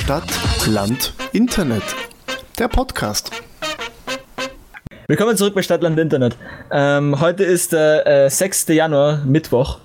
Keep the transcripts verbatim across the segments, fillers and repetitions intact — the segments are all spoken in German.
Stadt, Land, Internet. Der Podcast. Willkommen zurück bei Stadt, Land, Internet. Ähm, heute ist der äh, sechster Januar, Mittwoch.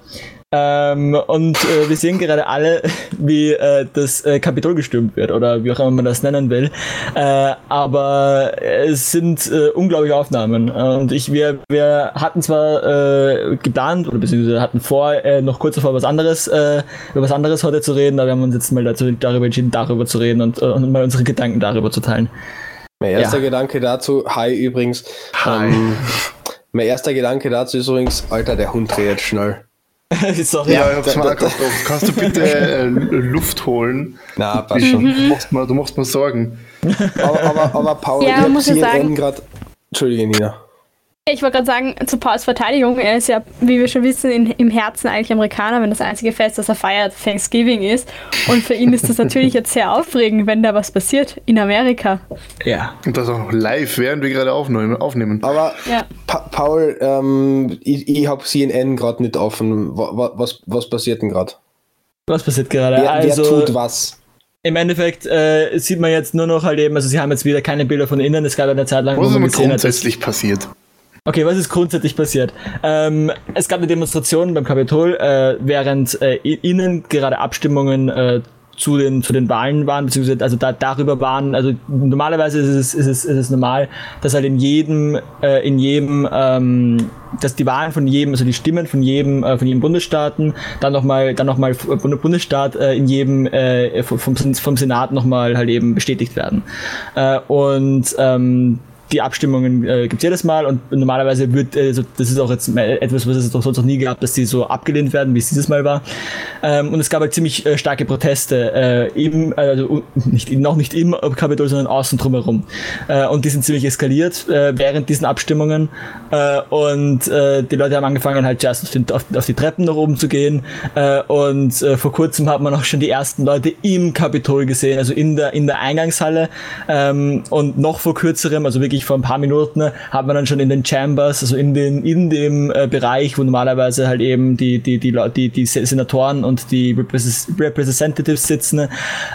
Ähm, und äh, wir sehen gerade alle, wie äh, das äh, Kapitol gestürmt wird oder wie auch immer man das nennen will. Äh, aber es sind äh, unglaubliche Aufnahmen. Und ich, wir, wir hatten zwar äh, geplant oder beziehungsweise hatten vor, äh, noch kurz davor was anderes, äh, über was anderes heute zu reden, aber wir haben uns jetzt mal dazu, darüber entschieden, darüber zu reden und, äh, und mal unsere Gedanken darüber zu teilen. Mein erster Ja. Gedanke dazu, hi übrigens. Hi. Ähm, mein erster Gedanke dazu ist übrigens, Alter, der Hund redet schnell. Sorry. Ja, ich hab's da- mal da- gedacht. Kannst du bitte äh, Luft holen? Na, passt schon. Du machst mir, du machst mir Sorgen. Aber, aber, aber Paul, Ja, ich hab muss ich C N N sagen- grad. Entschuldige, Nina. Ich wollte gerade sagen, zu Pauls Verteidigung, er ist ja, wie wir schon wissen, in, im Herzen eigentlich Amerikaner, wenn das einzige Fest, das er feiert, Thanksgiving ist. Und für ihn ist das natürlich jetzt sehr aufregend, wenn da was passiert in Amerika. Ja. Und das auch noch live, während wir gerade aufnehmen. aufnehmen. Aber Ja. pa- Paul, ähm, ich, ich hab C N N gerade nicht offen. Wa- wa- Was, was passiert denn gerade? Was passiert gerade? Wer, also, wer tut was? im Endeffekt äh, sieht man jetzt nur noch halt eben, also sie haben jetzt wieder keine Bilder von innen, es gab eine Zeit lang, Was ist man aber gesehen hat, dass, grundsätzlich passiert? okay, was ist grundsätzlich passiert? Ähm, es gab eine Demonstration beim Kapitol, äh, während äh, i- innen gerade Abstimmungen äh, zu den zu den Wahlen waren, beziehungsweise also da darüber waren, also normalerweise ist es ist es, ist es normal, dass halt in jedem äh, in jedem ähm, dass die Wahlen von jedem, also die Stimmen von jedem äh, von jedem Bundesstaaten dann nochmal dann noch mal Bundesstaat äh, in jedem äh, vom, vom Senat nochmal halt eben bestätigt werden. Äh, und ähm, die Abstimmungen äh, gibt es jedes Mal und normalerweise wird, äh, so, das ist auch jetzt mal etwas, was es doch sonst noch nie gab, dass die so abgelehnt werden, wie es dieses Mal war. Ähm, und es gab halt ziemlich äh, starke Proteste, äh, im, also nicht, noch nicht im Kapitol, sondern außen drumherum. Äh, und die sind ziemlich eskaliert äh, während diesen Abstimmungen. Äh, und äh, die Leute haben angefangen halt zuerst auf, den, auf, auf die Treppen nach oben zu gehen. Äh, und äh, vor kurzem hat man auch schon die ersten Leute im Kapitol gesehen, also in der, in der Eingangshalle. Ähm, und noch vor kürzerem, also wirklich vor ein paar Minuten, hat man dann schon in den Chambers, also in den in dem äh, Bereich, wo normalerweise halt eben die die die Leute, die, die Senatoren und die Repres- Representatives sitzen,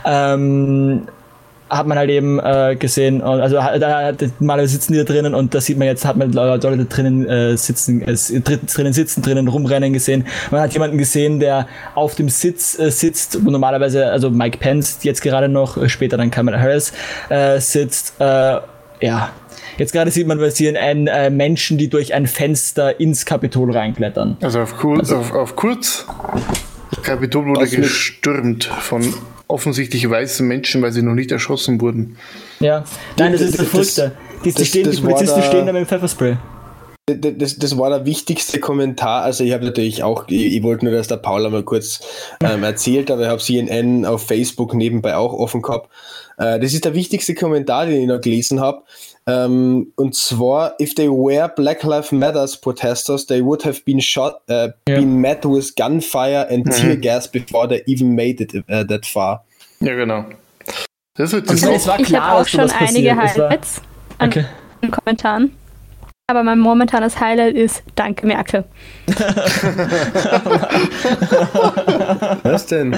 ähm, hat man halt eben äh, gesehen, und also da, da normalerweise sitzen die da drinnen und da sieht man jetzt, hat man Leute da drinnen äh, sitzen, äh, drinnen sitzen, drinnen rumrennen gesehen. Man hat jemanden gesehen, der auf dem Sitz äh, sitzt, wo normalerweise, also Mike Pence jetzt gerade noch, äh, später dann Kamala Harris äh, sitzt, äh, ja. Jetzt gerade sieht man bei C N N äh, Menschen, die durch ein Fenster ins Kapitol reinklettern. Also auf kurz, auf, auf kurz. Das Kapitol wurde Das mit- gestürmt von offensichtlich weißen Menschen, weil sie noch nicht erschossen wurden. Ja. Nein, das, Das- ist das das- Verrückte. Die, die, das- stehen, das die war Polizisten da- stehen da mit dem Pfefferspray. Das, das war der wichtigste Kommentar. Also ich habe natürlich auch, ich, ich wollte nur, dass der Paul einmal kurz ähm, erzählt, aber ich habe C N N auf Facebook nebenbei auch offen gehabt. Äh, das ist der wichtigste Kommentar, den ich noch gelesen habe. Ähm, und zwar, if they were Black Lives Matters protesters, they would have been shot, uh, Ja. been met with gunfire and tear gas before they even made it uh, that far. Ja, genau. Das ist, das Und ist es auch, war ich klar, habe auch dass schon sowas einige passiert. Es war- Highlights an Okay. den Kommentaren. Aber mein momentanes Highlight ist Danke Merkel. Was denn?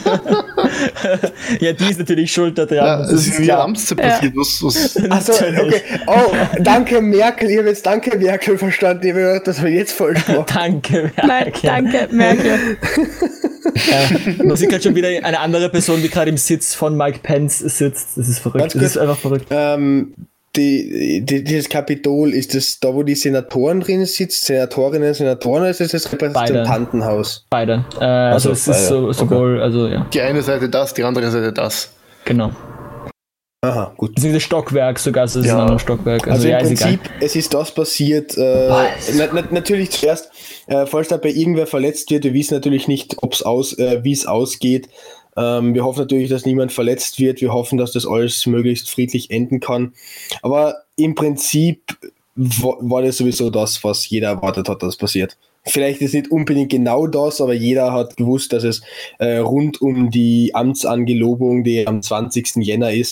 Ja, die ist natürlich schuld daran. ja, das es ist ist in klar. ihrer Amtszeit passiert. Was, was, Achso, okay. Oh, danke Merkel. Ich habe jetzt Danke Merkel verstanden. Ich habe gedacht, das war jetzt falsch gemacht. Danke, Nein, Merkel. danke Merkel. Ja, man sieht gerade schon wieder eine andere Person, die gerade im Sitz von Mike Pence sitzt. Das ist verrückt. Ganz Das kurz. ist einfach verrückt. Ähm, die, die, dieses Kapitol, ist das da, wo die Senatoren drin sitzen? Senatorinnen, Senatoren, oder ist das das Repräsentantenhaus? Beide. Äh, also, Also es ist so, beide. sowohl, also ja, die eine Seite das, die andere Seite das. genau. Aha, gut. Das ist ein Stockwerk sogar, also das ist Ja. ein anderes Stockwerk. Also, Also ja, im ist Prinzip, egal. es ist das passiert, äh, na, na, natürlich zuerst, äh, falls dabei irgendwer verletzt wird, wir wissen natürlich nicht, ob's aus, äh, wie es ausgeht. Ähm, wir hoffen natürlich, dass niemand verletzt wird. Wir hoffen, dass das alles möglichst friedlich enden kann. Aber im Prinzip wa- war das sowieso das, was jeder erwartet hat, dass passiert. Vielleicht ist nicht unbedingt genau das, aber jeder hat gewusst, dass es äh, rund um die Amtsangelobung, die am zwanzigsten Jänner ist,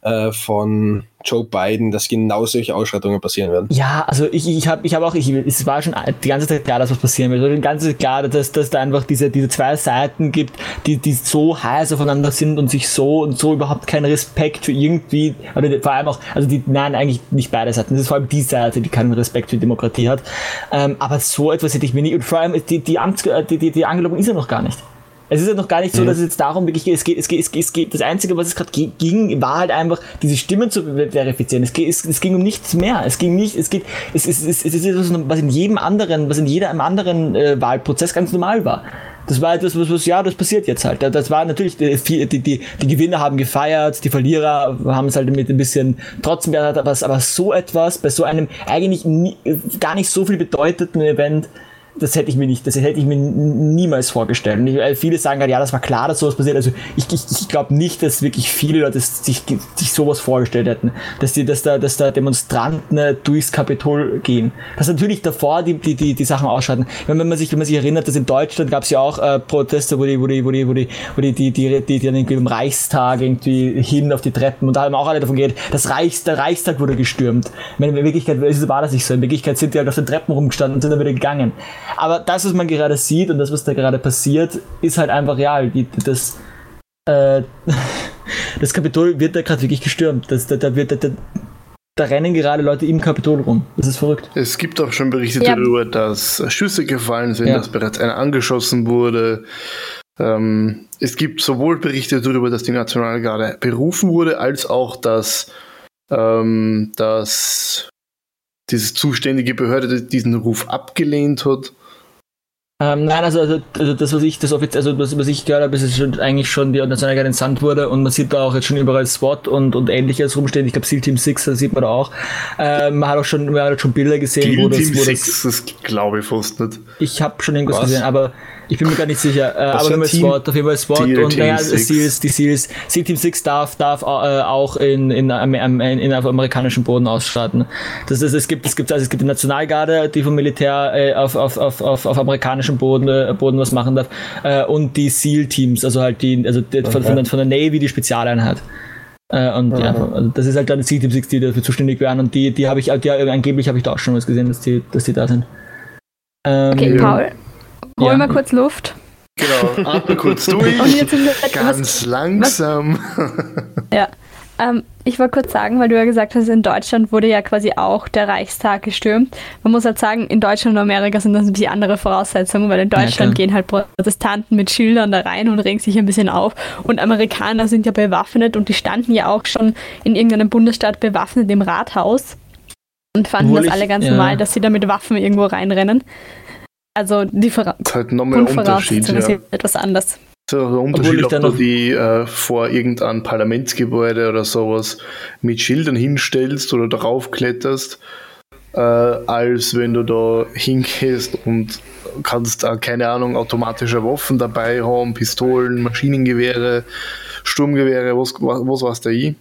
äh, von Joe Biden, dass genau solche Ausschreitungen passieren werden. Ja, also ich, ich habe ich hab auch, ich, es war schon die ganze Zeit klar, dass was passieren wird. Die ganze Zeit klar, dass, dass da einfach diese, diese zwei Seiten gibt, die, die so heiß aufeinander sind und sich so und so überhaupt keinen Respekt für irgendwie, oder vor allem auch, also die, nein, eigentlich nicht beide Seiten, das ist vor allem die Seite, die keinen Respekt für Demokratie hat. Ähm, aber so etwas hätte ich mir nicht, und vor allem die, die, Amts, die, die, die Angelobung ist ja noch gar nicht. Es ist ja noch gar nicht so, mhm. dass es jetzt darum wirklich geht. Es geht, es geht, es geht, es geht. Das Einzige, was es gerade ging, war halt einfach, diese Stimmen zu verifizieren. Es, geht, es, es ging um nichts mehr. Es ging nicht, es geht, es ist, es ist etwas, was in jedem anderen, was in jedem anderen äh, Wahlprozess ganz normal war. Das war etwas, was, was, ja, das passiert jetzt halt. Das war natürlich, die, die, die, die Gewinner haben gefeiert, die Verlierer haben es halt mit ein bisschen trotzdem, aber, aber so etwas, bei so einem eigentlich nie, gar nicht so viel bedeuteten Event, das hätte ich mir nicht, das hätte ich mir niemals vorgestellt. Und ich, viele sagen gerade, ja, das war klar, dass sowas passiert. Also ich, ich, ich glaube nicht, dass wirklich viele Leute sich, sich sowas vorgestellt hätten, dass die, dass da, dass da Demonstranten durchs Kapitol gehen. Dass natürlich davor die, die, die, die Sachen ausschalten. Wenn man sich, wenn man sich erinnert, dass in Deutschland gab es ja auch äh, Proteste, wo die, wo die, wo die, wo die, wo die, die, die, die, die dann irgendwie im Reichstag irgendwie hin auf die Treppen, und da haben auch alle davon geredet, das Reichs, der Reichstag wurde gestürmt. Ich meine, in Wirklichkeit war das nicht so. In Wirklichkeit sind die halt auf den Treppen rumgestanden und sind dann wieder gegangen. Aber das, was man gerade sieht und das, was da gerade passiert, ist halt einfach real. Die, das, äh, das Kapitol wird da gerade wirklich gestürmt. Das, da, da, wird, da, da rennen gerade Leute im Kapitol rum. Das ist verrückt. Es gibt auch schon Berichte ja. darüber, dass Schüsse gefallen sind, ja. dass bereits einer angeschossen wurde. Ähm, es gibt sowohl Berichte darüber, dass die Nationalgarde berufen wurde, als auch, dass, ähm, dass diese zuständige Behörde diesen Ruf abgelehnt hat. Ähm, nein, also, also, also das, was ich, das offiziell, also das, was ich gehört habe, ist, dass schon, eigentlich schon die Nationalgarde entsandt wurde, und man sieht da auch jetzt schon überall SWAT und, und ähnliches rumstehen. Ich glaube, SEAL Team sechs, das sieht man da auch. Ähm, man hat auch schon, man hat schon Bilder gesehen, SEAL wo das, Team wo sechs, das, das glaube ich fast nicht. Ich habe schon irgendwas was? gesehen, aber ich bin mir gar nicht sicher. Äh, aber wenn man SWAT, auf jeden Fall SWAT Team und naja, sechs. Seals, die Seals, SEAL Team sechs darf, darf äh, auch in, in, in, in, in auf amerikanischem Boden ausschalten. Das ist, es gibt, es gibt, also es gibt die Nationalgarde, die vom Militär äh, auf, auf, auf, auf, auf amerikanischem Boden, äh, Boden was machen darf, äh, und die SEAL Teams, also halt die, also die, okay. von, von, der, von der Navy die Spezialeinheit. Äh, und ja, ja also das ist halt dann die SEAL Team sechs, die dafür zuständig wären, und die, die habe ich, die, angeblich habe ich da auch schon was gesehen, dass die, dass die da sind. Ähm, okay, Paul, hol ja. mal kurz Luft. Genau, atme kurz durch, und jetzt ganz was, langsam. Was, ja, ähm, ich wollte kurz sagen, weil du ja gesagt hast, in Deutschland wurde ja quasi auch der Reichstag gestürmt. Man muss halt sagen, in Deutschland und Amerika sind das ein bisschen andere Voraussetzungen, weil in Deutschland ja, gehen halt Protestanten mit Schildern da rein und regen sich ein bisschen auf, und Amerikaner sind ja bewaffnet, und die standen ja auch schon in irgendeinem Bundesstaat bewaffnet im Rathaus und fanden Obwohl das alle ganz ich, normal, ja. dass sie da mit Waffen irgendwo reinrennen. Also die Vora- das ist halt nochmal ein Unterschied, ja. ist etwas anders. Das ist auch ein Unterschied, ob du die äh, vor irgendeinem Parlamentsgebäude oder sowas mit Schildern hinstellst oder darauf kletterst, äh, als wenn du da hingehst und kannst da, keine Ahnung, automatische Waffen dabei haben, Pistolen, Maschinengewehre, Sturmgewehre, was, was weiß der ich.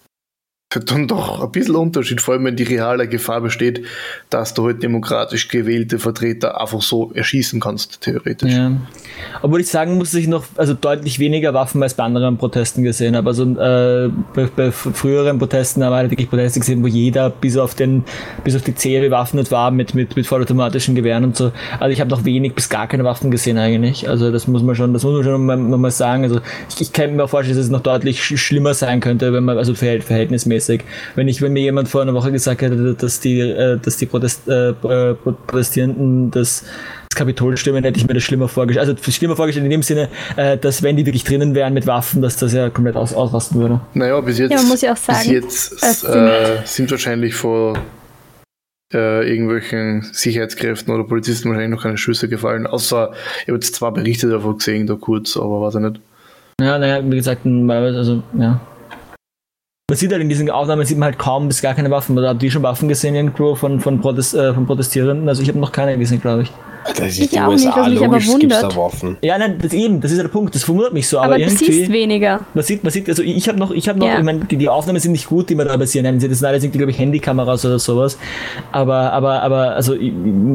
Das ist dann doch ein bisschen Unterschied, vor allem wenn die reale Gefahr besteht, dass du halt demokratisch gewählte Vertreter einfach so erschießen kannst, theoretisch. Ja. Obwohl ich sagen muss, dass ich noch also deutlich weniger Waffen als bei anderen Protesten gesehen habe. Also äh, bei, bei früheren Protesten habe ich wirklich Proteste gesehen, wo jeder bis auf den bis auf die Zehe bewaffnet war mit, mit, mit vollautomatischen Gewehren und so. Also ich habe noch wenig bis gar keine Waffen gesehen eigentlich. Also das muss man schon, das muss man schon mal, mal sagen. Also ich, ich kann mir vorstellen, dass es noch deutlich sch- schlimmer sein könnte, wenn man, also verhält, verhältnismäßig. Wenn ich, wenn mir jemand vor einer Woche gesagt hätte, dass die, äh, dass die Protest, äh, Protestierenden das, das Kapitol stürmen, hätte ich mir das schlimmer vorgestellt. Also schlimmer vorgestellt in dem Sinne, äh, dass wenn die wirklich drinnen wären mit Waffen, dass das ja komplett aus, ausrasten würde. Naja, bis jetzt, ja, man muss ja auch sagen, bis jetzt äh, sind wahrscheinlich vor äh, irgendwelchen Sicherheitskräften oder Polizisten wahrscheinlich noch keine Schüsse gefallen. Außer, ich habe jetzt zwei Berichte davon gesehen, da kurz, aber weiß ich nicht. Ja, naja, wie gesagt, also, ja. Man sieht halt in diesen Aufnahmen, sieht man halt kaum bis gar keine Waffen. Man hat die schon Waffen gesehen irgendwo von, von, Protest, äh, von Protestierenden. Also ich habe noch keine gesehen, glaube ich. Das ist ich die auch U S A, nicht, was mich aber logisch gibt's da wundert. Waffen. Ja, nein, das eben, das ist ja der Punkt. Das wundert mich so. Aber, aber irgendwie, du siehst weniger. Man sieht, man sieht, also ich habe noch, ich habe noch, ja. ich meine, die, die Aufnahmen sind nicht gut, die man da basieren. Das sind alles, glaube ich, Handykameras oder sowas. Aber, aber, aber, also ich,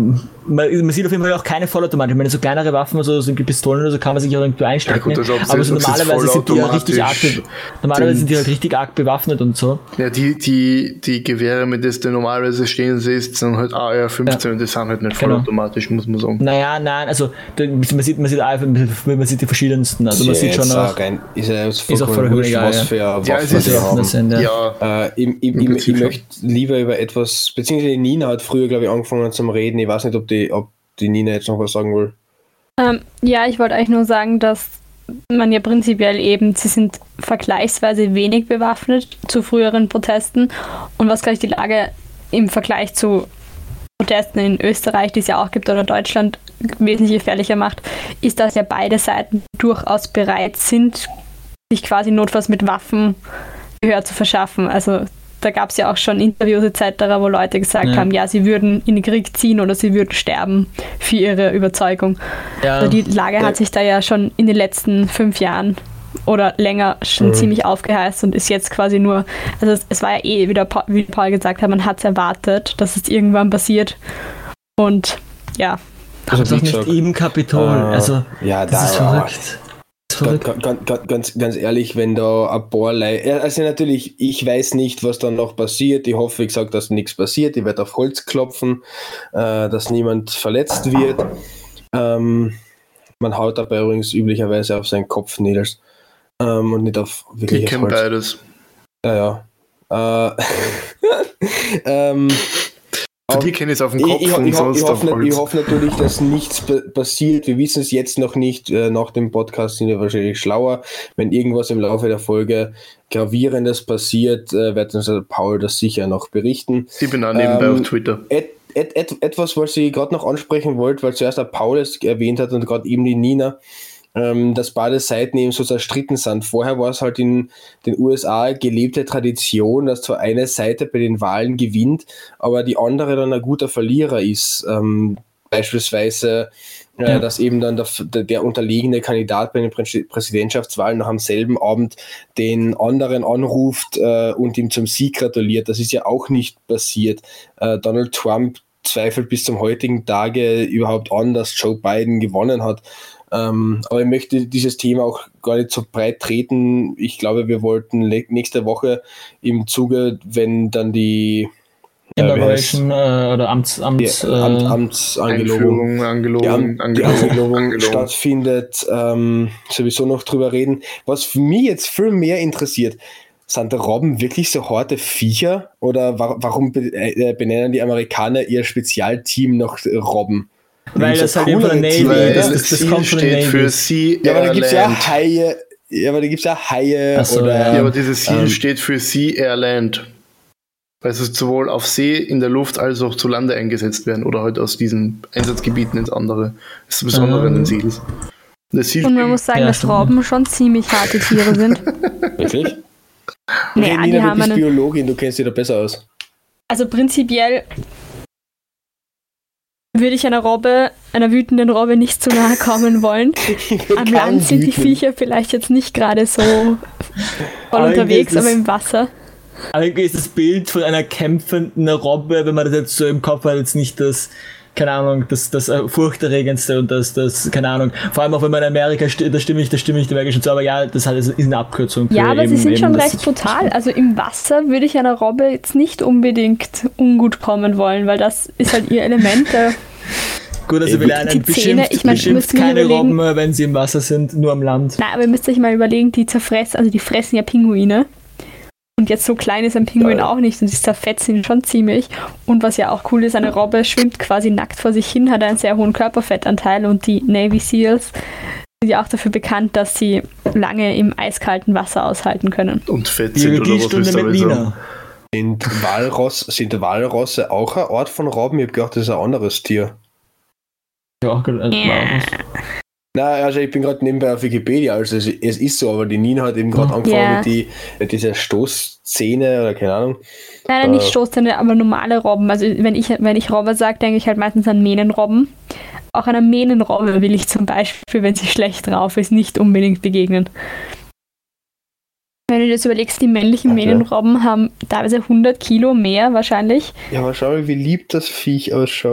man, man sieht auf jeden Fall auch keine Vollautomatik. Ich meine, so kleinere Waffen, also so Pistolen oder so, kann man sich auch irgendwo einstecken. Ja, gut, also aber so normalerweise sind die ja richtig arg, be- normalerweise sind die halt richtig arg bewaffnet und so. Ja, die, die, die Gewehre, mit denen du normalerweise stehen siehst, sind halt A R fünfzehn ja. und die sind halt nicht vollautomatisch, genau. muss man sagen. Naja, nein, also man sieht, man sieht einfach, man sieht die verschiedensten. Also man sieht schon auch. Rein, ist ja ist auch voll egal, was für ja. Waffen ja, es ist sie haben. Sind, ja. Ja. Äh, ich ich, ich, ich möchte lieber über etwas, beziehungsweise Nina hat früher, glaube ich, angefangen zum Reden. Ich weiß nicht, ob die, ob die Nina jetzt noch was sagen will. Ähm, ja, ich wollte eigentlich nur sagen, dass man ja prinzipiell eben, sie sind vergleichsweise wenig bewaffnet zu früheren Protesten. Und was gleich die Lage im Vergleich zu Protesten in Österreich, die es ja auch gibt, oder Deutschland wesentlich gefährlicher macht, ist, dass ja beide Seiten durchaus bereit sind, sich quasi notfalls mit Waffen Gehör zu verschaffen. Also da gab es ja auch schon Interviews et cetera, wo Leute gesagt ja. haben, ja, sie würden in den Krieg ziehen oder sie würden sterben für ihre Überzeugung. Ja. Also die Lage ja. hat sich da ja schon in den letzten fünf Jahren oder länger schon mhm. ziemlich aufgeheizt und ist jetzt quasi nur, also es, es war ja eh, wie, der pa- wie Paul gesagt hat, man hat es erwartet, dass es irgendwann passiert und ja. Also das ist doch nicht im Kapitol, uh, also ja, das da ist verrückt. Ganz, ganz, ganz, ganz ehrlich, wenn da ein paar Leute, also natürlich, ich weiß nicht, was dann noch passiert. Ich hoffe, wie gesagt, dass nichts passiert. Ich werde auf Holz klopfen, äh, dass niemand verletzt wird. Ähm, man haut dabei übrigens üblicherweise auf seinen Kopf, Nils, ähm, und nicht auf wirklich. Ich kenne beides. Ja, ja. Äh, ähm, Für die kenne ich es auf dem Kopf ich, ich, und ich, sonst ich, auf hoffe, Holz. Ich hoffe natürlich, dass nichts p- passiert. Wir wissen es jetzt noch nicht. Äh, nach dem Podcast sind wir wahrscheinlich schlauer. Wenn irgendwas im Laufe der Folge Gravierendes passiert, äh, wird uns Paul das sicher noch berichten. Ich bin auch nebenbei ähm, auf Twitter. Et, et, et, etwas, was ich gerade noch ansprechen wollte, weil zuerst der Paul es erwähnt hat und gerade eben die Nina, ähm, dass beide Seiten eben so zerstritten sind. Vorher war es halt in den U S A gelebte Tradition, dass zwar eine Seite bei den Wahlen gewinnt, aber die andere dann ein guter Verlierer ist. Ähm, beispielsweise, äh, ja. dass eben dann der, der, der unterlegene Kandidat bei den Prä- Präsidentschaftswahlen noch am selben Abend den anderen anruft äh, und ihm zum Sieg gratuliert. Das ist ja auch nicht passiert. Äh, Donald Trump zweifelt bis zum heutigen Tage überhaupt an, dass Joe Biden gewonnen hat. Ähm, aber ich möchte dieses Thema auch gar nicht so breit treten. Ich glaube, wir wollten le- nächste Woche im Zuge, wenn dann die Inauguration äh, äh, oder Amts, Amts, die, äh, Amt, Amtsangelobung, Angelobung, die, Am- Angelobung, die Angelobung Angelobung. stattfindet, ähm, sowieso noch drüber reden. Was mich jetzt viel mehr interessiert, sind Robben wirklich so harte Viecher oder wa- warum be- äh, benennen die Amerikaner ihr Spezialteam noch Robben? Weil das halt eben von der Navy ist. Das, das Ziel kommt von der steht Navy. für Sea Ja, aber da gibt es ja Land. Haie. Ja, aber da gibt es ja Haie so, oder. ja. Ja, aber dieses Ziel ähm, steht für Sea Air Land. Weil es sowohl auf See, in der Luft als auch zu Lande eingesetzt werden oder halt aus diesen Einsatzgebieten ins andere. Das ist das Besondere an den Seals. Und man muss sagen, ja, dass Robben schon ziemlich harte Tiere sind. Wirklich? Naja, okay, Nina, die du haben bist einen, Biologin, du kennst dich da besser aus. also prinzipiell würde ich einer Robbe, einer wütenden Robbe nicht zu nahe kommen wollen. Am Land sind die Viecher vielleicht jetzt nicht gerade so voll unterwegs, aber im Wasser. Aber irgendwie ist das Bild von einer kämpfenden Robbe, wenn man das jetzt so im Kopf hat, jetzt nicht das, keine Ahnung, das, das äh, Furchterregendste und das, das, keine Ahnung, vor allem auch wenn man in Amerika, sti- da stimme ich, da stimme ich dem Amerika schon zu, aber ja, das halt ist eine Abkürzung. Für Ja, aber eben, sie sind eben schon das- recht brutal. Also im Wasser würde ich einer Robbe jetzt nicht unbedingt ungut kommen wollen, weil das ist halt ihr Element. Äh, Gut, also wir lernen, die Zähne, beschimpft, ich mein, beschimpft müsst mir keine überlegen- Robben, wenn sie im Wasser sind, nur am Land. Nein, aber ihr müsst euch mal überlegen, die zerfressen, also die fressen ja Pinguine. Und jetzt so klein ist ein Pinguin Geil. auch nicht und die zerfetzen ihn schon ziemlich. Und was ja auch cool ist, eine Robbe schwimmt quasi nackt vor sich hin, hat einen sehr hohen Körperfettanteil und die Navy Seals sind ja auch dafür bekannt, dass sie lange im eiskalten Wasser aushalten können. Und fett sind oder was willst Biologiestunde du mit damit sagen? Nina. Sind, Walross, sind Walrosse auch ein Ort von Robben? Ich habe gedacht, das ist ein anderes Tier. Ja, auch gut, also Ja. Nein, also ich bin gerade nebenbei auf Wikipedia, also es, es ist so, aber die Nina hat eben gerade angefangen Ja. mit, die, mit dieser Stoßzähne oder keine Ahnung. Leider nicht Äh. Stoßzähne, aber normale Robben. Also wenn ich, wenn ich Robbe sage, denke ich halt meistens an Mähnenrobben. Auch einer Mähnenrobbe will ich zum Beispiel, wenn sie schlecht drauf ist, nicht unbedingt begegnen. Wenn du dir das überlegst, die männlichen Okay. Mähnenrobben haben teilweise hundert Kilo mehr wahrscheinlich. Ja, aber schau mal, wie lieb das Viech ausschaut.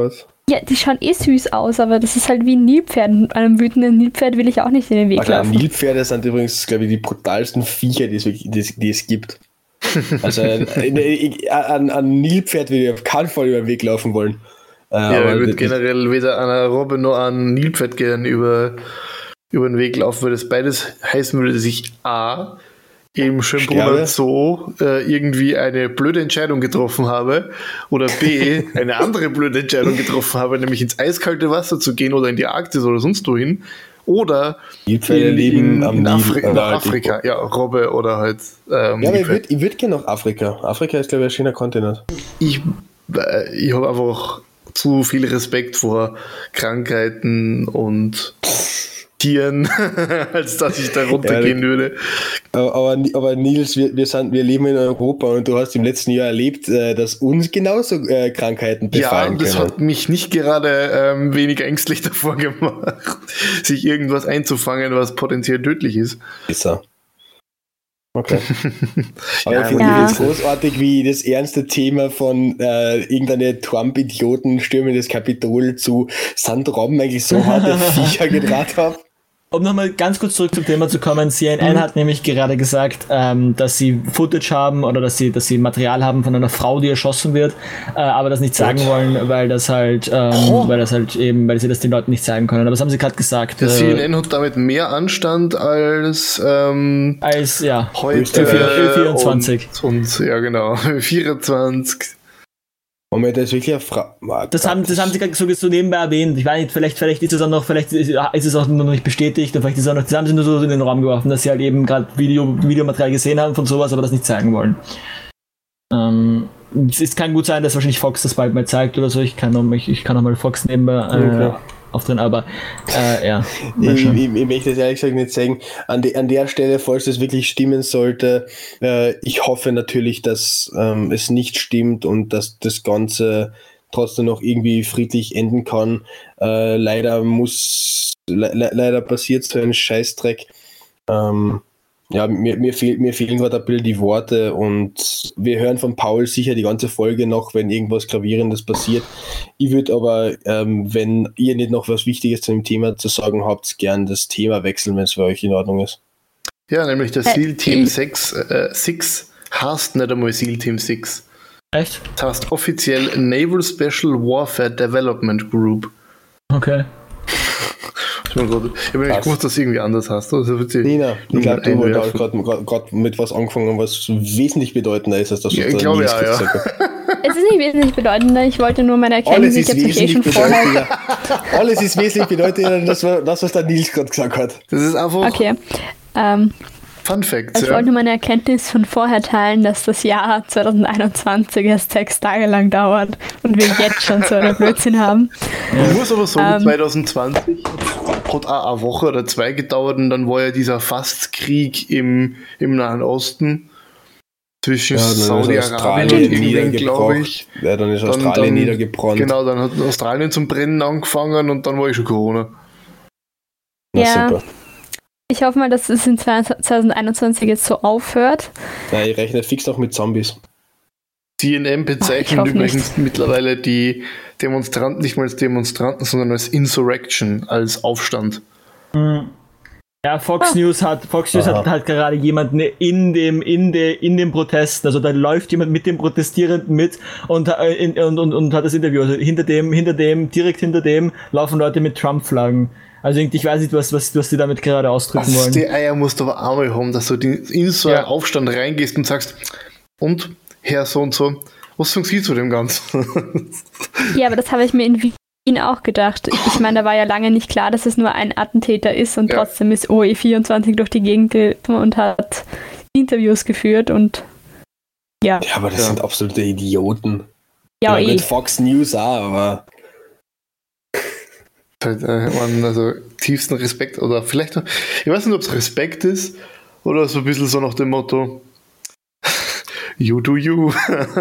Ja, die schauen eh süß aus, aber das ist halt wie ein Nilpferd. Und einem wütenden Nilpferd will ich auch nicht in den Weg also laufen. Nilpferde sind übrigens, glaube ich, die brutalsten Viecher, die es, die, die es gibt. Also an, an Nilpferd will ich auf keinen Fall über den Weg laufen wollen. Äh, ja, ich würde generell weder an einer Robbe noch an Nilpferd gern über, über den Weg laufen, weil das beides heißen würde, dass ich A, im Schönbrunner Zoo äh, irgendwie eine blöde Entscheidung getroffen habe oder B, eine andere blöde Entscheidung getroffen habe, nämlich ins eiskalte Wasser zu gehen oder in die Arktis oder sonst wohin oder in, in, in Afri in Afrika, ja, Robbe oder halt ähm, ja, aber ich würde würd gerne nach Afrika. Afrika ist, glaube ich, ein schöner Kontinent. Ich, äh, ich habe einfach zu viel Respekt vor Krankheiten und Tieren, als dass ich da runtergehen ja, würde. Aber, aber Nils, wir, wir, sind, wir leben in Europa und du hast im letzten Jahr erlebt, dass uns genauso äh, Krankheiten befallen können. Ja, das können. hat mich nicht gerade ähm, weniger ängstlich davor gemacht, sich irgendwas einzufangen, was potenziell tödlich ist. Ist so. Okay. Aber ja, ich finde ja. es großartig, wie das ernste Thema von äh, irgendeine Trump-Idioten stürmen das Kapitol zu Sandrom eigentlich so harte Viecher gedraht haben. Um nochmal ganz kurz zurück zum Thema zu kommen, C N N mhm. hat nämlich gerade gesagt, ähm, dass sie Footage haben oder dass sie, dass sie Material haben von einer Frau, die erschossen wird, äh, aber das nicht sagen Gut. wollen, weil das halt, ähm, oh. weil das halt eben, weil sie das den Leuten nicht sagen können. Aber das haben sie gerade gesagt. Der äh, C N N hat damit mehr Anstand als ähm, als ja heute vierundzwanzig und, und ja genau vierundzwanzig. Moment, das ist wirklich eine Frau. Das haben, das haben sie gerade so nebenbei erwähnt. Ich weiß nicht, vielleicht, vielleicht ist es auch noch, vielleicht ist, ist es auch noch nicht bestätigt, oder vielleicht ist es auch noch, das haben sie nur so in den Raum geworfen, dass sie halt eben gerade Video, Videomaterial gesehen haben von sowas, aber das nicht zeigen wollen. Ähm, es kann gut sein, dass wahrscheinlich Fox das bald mal zeigt oder so. Ich kann noch, ich, ich kann noch mal Fox nebenbei äh, okay. aufdrehen, aber äh, ja. Ich, ich, ich möchte das ehrlich gesagt nicht sagen. An, de, an der Stelle, falls das wirklich stimmen sollte, äh, ich hoffe natürlich, dass ähm, es nicht stimmt und dass das Ganze trotzdem noch irgendwie friedlich enden kann. Äh, leider muss, le, leider passiert so ein Scheißdreck. Ähm, ja, mir, mir, fehl, mir fehlen gerade ein bisschen die Worte und wir hören von Paul sicher die ganze Folge noch, wenn irgendwas Gravierendes passiert. Ich würde aber, ähm, wenn ihr nicht noch was Wichtiges zu dem Thema zu sagen habt, gern das Thema wechseln, wenn es für euch in Ordnung ist. Ja, nämlich das SEAL Team sechs äh, sechs heißt nicht einmal SEAL Team sechs. Echt? Das heißt offiziell Naval Special Warfare Development Group. Okay. Ich habe nicht gewusst, dass es irgendwie anders heißt. Also Nina, ich glaube, du hast gerade mit was angefangen, was wesentlich bedeutender ist, als das, was ja, ich glaube ja, ja. Es ist nicht wesentlich bedeutender, ich wollte nur meine Erkenntnis, ich habe es eh schon vorher. Alles ist wesentlich bedeutender, das, das was der Nils gerade gesagt hat. Das ist einfach okay. ähm, Fun Facts. Ich ja. wollte nur meine Erkenntnis von vorher teilen, dass das Jahr zwanzig einundzwanzig erst sechs Tage lang dauert und wir jetzt schon so einen Blödsinn haben. Man muss aber sagen, ähm, zwanzig zwanzig hat auch eine Woche oder zwei gedauert und dann war ja dieser Fastkrieg im, im Nahen Osten zwischen ja, Saudi-Arabien und Indien, glaube ich. Ja, dann ist Australien dann, dann, niedergebrannt. Genau, dann hat Australien zum Brennen angefangen und dann war ich schon Corona. Na, ja. super. Ich hoffe mal, dass es in zwanzig einundzwanzig jetzt so aufhört. Nein, ich rechne fix noch mit Zombies. C N N bezeichnet übrigens nicht. mittlerweile die Demonstranten nicht mal als Demonstranten, sondern als Insurrection, als Aufstand. Ja, Fox ah. News hat Fox News hat halt gerade jemanden in dem in der in dem Protest, also da läuft jemand mit dem Protestierenden mit und äh, und, und und hat das Interview. Also hinter dem hinter dem direkt hinter dem laufen Leute mit Trump-Flaggen. Also ich weiß nicht, was, was, was die damit gerade ausdrücken also wollen. Die Eier musst du aber auch mal haben, dass du in so einen ja. Aufstand reingehst und sagst, und, Herr so und so, was sagen Sie zu dem Ganzen? Ja, aber das habe ich mir in Wien auch gedacht. Ich meine, da war ja lange nicht klar, dass es nur ein Attentäter ist und ja. trotzdem ist O E vierundzwanzig durch die Gegend gelaufen und hat Interviews geführt und ja. Ja, aber das ja. sind absolute Idioten. Ja, ja eh. Mit Fox News auch, aber also tiefsten Respekt oder vielleicht, ich weiß nicht, ob es Respekt ist oder so ein bisschen so nach dem Motto you do you.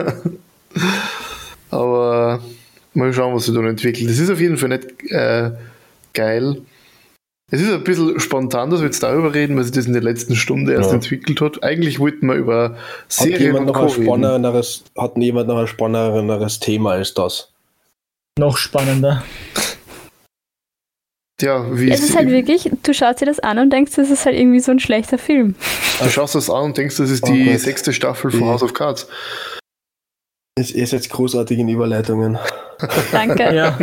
Aber mal schauen, was sich dann entwickelt. Das ist auf jeden Fall nicht äh, geil. Es ist ein bisschen spontan, dass wir jetzt darüber reden, weil sich das in der letzten Stunde erst ja. entwickelt hat. Eigentlich wollten wir über Serien und Co. Hat jemand noch ein spannenderes Thema als das? Noch spannender. Ja, wie es ist halt wirklich, du schaust dir das an und denkst, das ist halt irgendwie so ein schlechter Film. Du schaust das an und denkst, das ist die oh sechste Staffel von House of Cards. Ihr seid großartig in Überleitungen. Danke. Ja.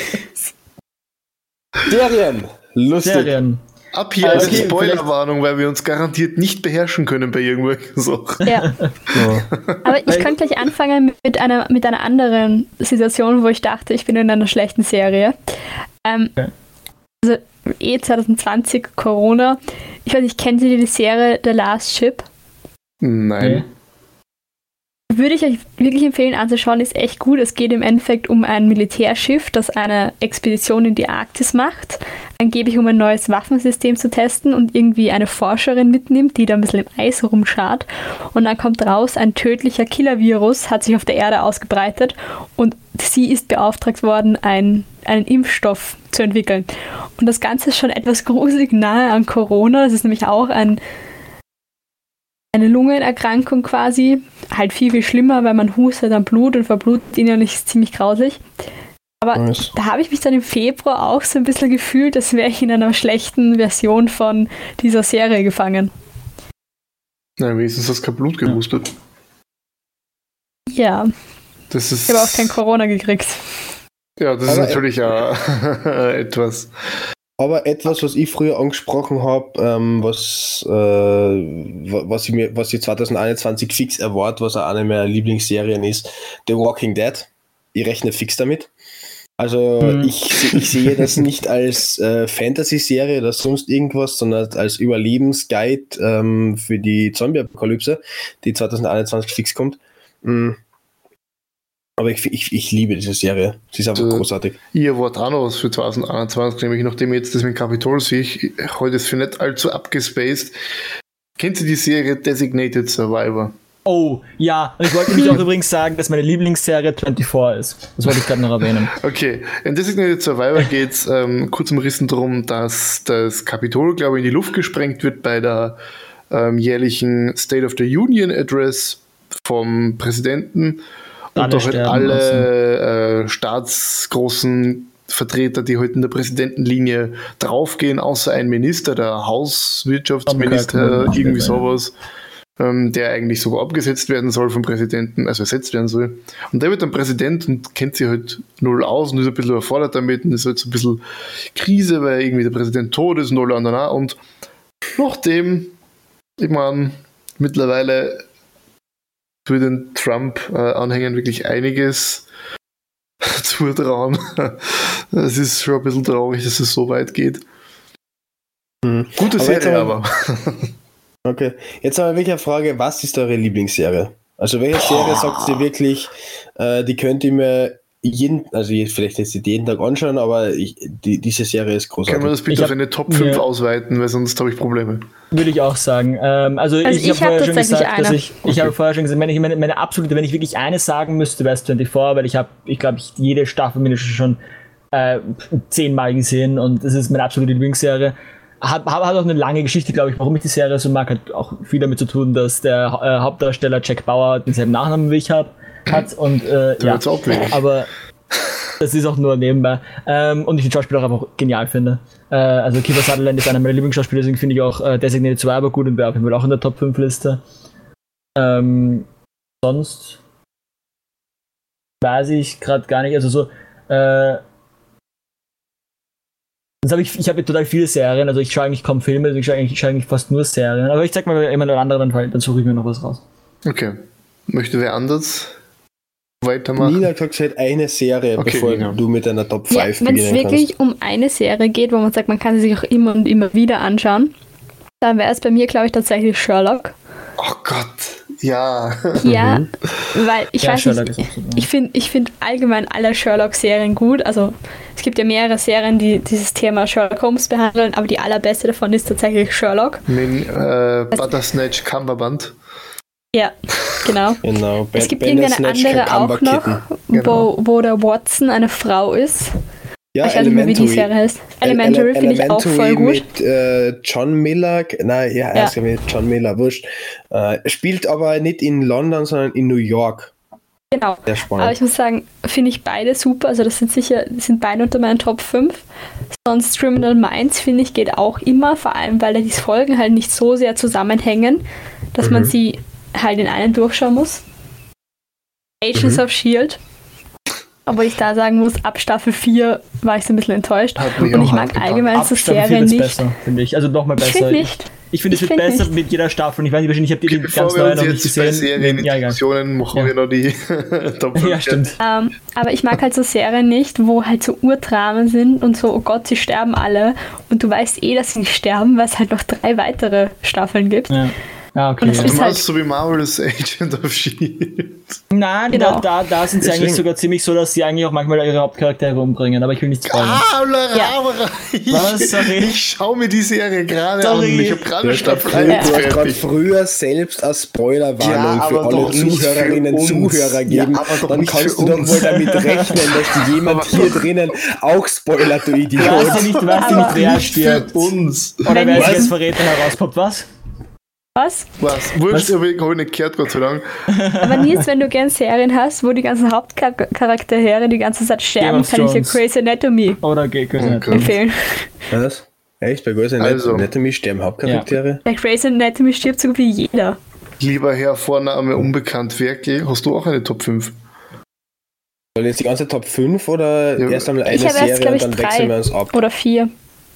Serien. Lustig. Serien. Ab hier Okay, eine Spoilerwarnung, weil wir uns garantiert nicht beherrschen können bei irgendwelchen Sachen. Ja. ja. Aber ich könnte gleich anfangen mit einer, mit einer anderen Situation, wo ich dachte, ich bin in einer schlechten Serie. Ähm, okay. Also eh zwanzig zwanzig Corona. Ich weiß nicht, kennt ihr die Serie The Last Ship? Nein. Würde ich euch wirklich empfehlen anzuschauen, ist echt gut. Es geht im Endeffekt um ein Militärschiff, das eine Expedition in die Arktis macht, angeblich um ein neues Waffensystem zu testen und irgendwie eine Forscherin mitnimmt, die da ein bisschen im Eis rumschart. Und dann kommt raus, ein tödlicher Killer-Virus hat sich auf der Erde ausgebreitet und sie ist beauftragt worden, ein, einen Impfstoff zu entwickeln. Und das Ganze ist schon etwas gruselig nahe an Corona. Das ist nämlich auch ein eine Lungenerkrankung quasi, halt viel, viel schlimmer, weil man hustet dann Blut und verblutet innerlich, ist ziemlich grausig. Aber nice. Da habe ich mich dann im Februar auch so ein bisschen gefühlt, als wäre ich in einer schlechten Version von dieser Serie gefangen. Na, wenigstens hast du kein Blut gehustet. Ja. Das ist ich habe auch kein Corona gekriegt. Ja, das aber ist natürlich ja etwas... Aber etwas, was ich früher angesprochen habe, ähm, was, äh, was ich mir, was ich zwanzig einundzwanzig fix erwarte, was auch eine meiner Lieblingsserien ist, The Walking Dead. Ich rechne fix damit. Also hm. ich, ich sehe das nicht als äh, Fantasy-Serie oder sonst irgendwas, sondern als Überlebensguide ähm, für die Zombie-Apokalypse, die zwanzig einundzwanzig fix kommt. Mhm. Aber ich, ich, ich liebe diese Serie. Sie ist einfach also, großartig. Ihr Wort auch noch was für zwanzig einundzwanzig, nämlich nachdem ich jetzt das mit Kapitol sehe, ich heute ist für nicht allzu abgespaced. Kennt ihr die Serie Designated Survivor? Oh, ja. Und ich wollte mich auch übrigens sagen, dass meine Lieblingsserie vierundzwanzig ist. Das wollte ich gerade noch erwähnen. Okay. In Designated Survivor geht es ähm, kurz umrissen darum, dass das Kapitol, glaube ich, in die Luft gesprengt wird bei der ähm, jährlichen State of the Union Address vom Präsidenten. Und doch halt alle äh, staatsgroßen Vertreter, die heute in der Präsidentenlinie draufgehen, außer ein Minister, der Hauswirtschaftsminister, irgendwie sowas, ähm, der eigentlich sogar abgesetzt werden soll vom Präsidenten, also ersetzt werden soll. Und der wird dann Präsident und kennt sich halt null aus und ist ein bisschen überfordert damit und ist halt so ein bisschen Krise, weil irgendwie der Präsident tot ist und alle anderen auch. Und nachdem, ich meine, mittlerweile für den Trump-Anhängern äh, wirklich einiges zutrauen. Es ist schon ein bisschen traurig, dass es so weit geht. Mhm. Gute Serie aber. Okay, jetzt aber wirklich eine Frage, was ist eure Lieblingsserie? Also welche Serie oh. sagt ihr wirklich, äh, die könnt ihr mir jeden, also vielleicht jetzt jeden Tag anschauen, aber ich, die, diese Serie ist großartig. Können wir das bitte hab, auf eine Top fünf ja. ausweiten, weil sonst habe ich Probleme. Würde ich auch sagen. Ähm, also, also ich, ich habe hab vorher schon gesagt, eine. dass ich, okay. ich habe vorher schon gesagt, wenn ich meine, meine absolute, wenn ich wirklich eine sagen müsste, wäre es vierundzwanzig, weil ich habe, ich glaube, ich jede Staffel mindestens schon äh, zehnmal gesehen und es ist meine absolute Lieblingsserie. Hat, hat auch eine lange Geschichte, glaube ich, warum ich die Serie so mag, hat auch viel damit zu tun, dass der äh, Hauptdarsteller Jack Bauer denselben Nachnamen wie ich habe. Hat und äh, ja, aber das ist auch nur nebenbei. Ähm, und ich den Schauspieler auch einfach genial finde. Äh, also Kiefer Sutherland ist einer meiner Lieblingsschauspieler, deswegen finde ich auch äh, Designated Survivor gut und wäre auf jeden Fall auch in der Top fünf Liste. Ähm, sonst weiß ich gerade gar nicht, also so äh, sonst habe ich, ich habe total viele Serien, also ich schaue eigentlich kaum Filme, also ich schaue eigentlich, ich schaue eigentlich fast nur Serien, aber ich zeig mal immer eine andere, dann, dann suche ich mir noch was raus. Okay. Möchte wer anders weitermachen? Nina hat gesagt, eine Serie, okay, bevor Nina. du mit deiner Top fünf ja, beginnen kannst. Wenn es wirklich um eine Serie geht, wo man sagt, man kann sie sich auch immer und immer wieder anschauen, dann wäre es bei mir, glaube ich, tatsächlich Sherlock. Oh Gott, ja. Ja, mhm. weil ich ja, weiß Sherlock nicht, ist auch so, ja. ich finde ich find allgemein alle Sherlock-Serien gut. Also es gibt ja mehrere Serien, die dieses Thema Sherlock Holmes behandeln, aber die allerbeste davon ist tatsächlich Sherlock. Mit äh, Buttersnatch Cumberbund. Ja, genau. genau. Es gibt irgendeine andere auch noch, genau. wo, wo der Watson eine Frau ist. Ja, ich weiß nicht mehr, wie die Serie heißt. Elementary finde ich auch voll gut. Mit äh, John Miller, nein, ja, ja. mit John Miller, wurscht. Äh, spielt aber nicht in London, sondern in New York. Genau. Sehr spannend. Aber ich muss sagen, finde ich beide super. Also das sind sicher, das sind beide unter meinen Top fünf. Sonst Criminal Minds, finde ich, geht auch immer, vor allem, weil da die Folgen halt nicht so sehr zusammenhängen, dass mhm. man sie halt in einen durchschauen muss. Agents mhm. of S H I E L D. Aber ich da sagen muss, ab Staffel vier war ich so ein bisschen enttäuscht. Und ich mag allgemein so Serien nicht. Besser, finde ich. Also nochmal besser. Ich finde nicht. Ich finde, es wird besser nicht. Mit jeder Staffel. Und ich weiß nicht, wahrscheinlich, ich habe die Bevor ganz neue noch nicht gesehen. Bei Serien ja, Diskussionen machen ja. wir noch die Top fünf. Ja, stimmt. Um, aber ich mag halt so Serien nicht, wo halt so Urdramen sind und so, oh Gott, sie sterben alle. Und du weißt eh, dass sie nicht sterben, weil es halt noch drei weitere Staffeln gibt. Ja. Ah, okay. Und das ja. ist halt so wie Marvel's Agent of S H I E L D. Nein, genau. da, da, da sind sie Deswegen. eigentlich sogar ziemlich so, dass sie eigentlich auch manchmal ihre Hauptcharaktere umbringen, aber ich will nicht spoilern. Ah, ja. ich, Was, sorry. ich schaue mir die Serie gerade sorry. an. Ich habe gerade Staffel eins fertig. Du hast früher selbst als Spoilerwarnung ja, für alle Zuhörerinnen und Zuhörer geben. Ja, dann kannst du doch wohl damit rechnen, dass jemand hier drinnen auch spoilert, du Idiot. Du weißt ja nicht, du weißt ja nicht, wer stirbt. Uns. Oder wer jetzt Verräter herauspoppt, was? Was? Was? Wurscht, habe ich nicht gehört, Gott sei Dank. Aber Nils, wenn du gern Serien hast, wo die ganzen Hauptcharaktere die ganze Zeit sterben, kann ich dir Grey's Anatomy Oder Grey's Anatomy empfehlen. Was? Echt? Bei Grey's also. Anatomy sterben Hauptcharaktere? Ja. Bei Grey's Anatomy stirbt so wie jeder. Lieber Herr, Vorname unbekannt, Werke, hast du auch eine Top fünf? Soll jetzt die ganze Top fünf oder ja. erst einmal eine Serie erst, und dann drei wechseln wir uns ab? Oder vier.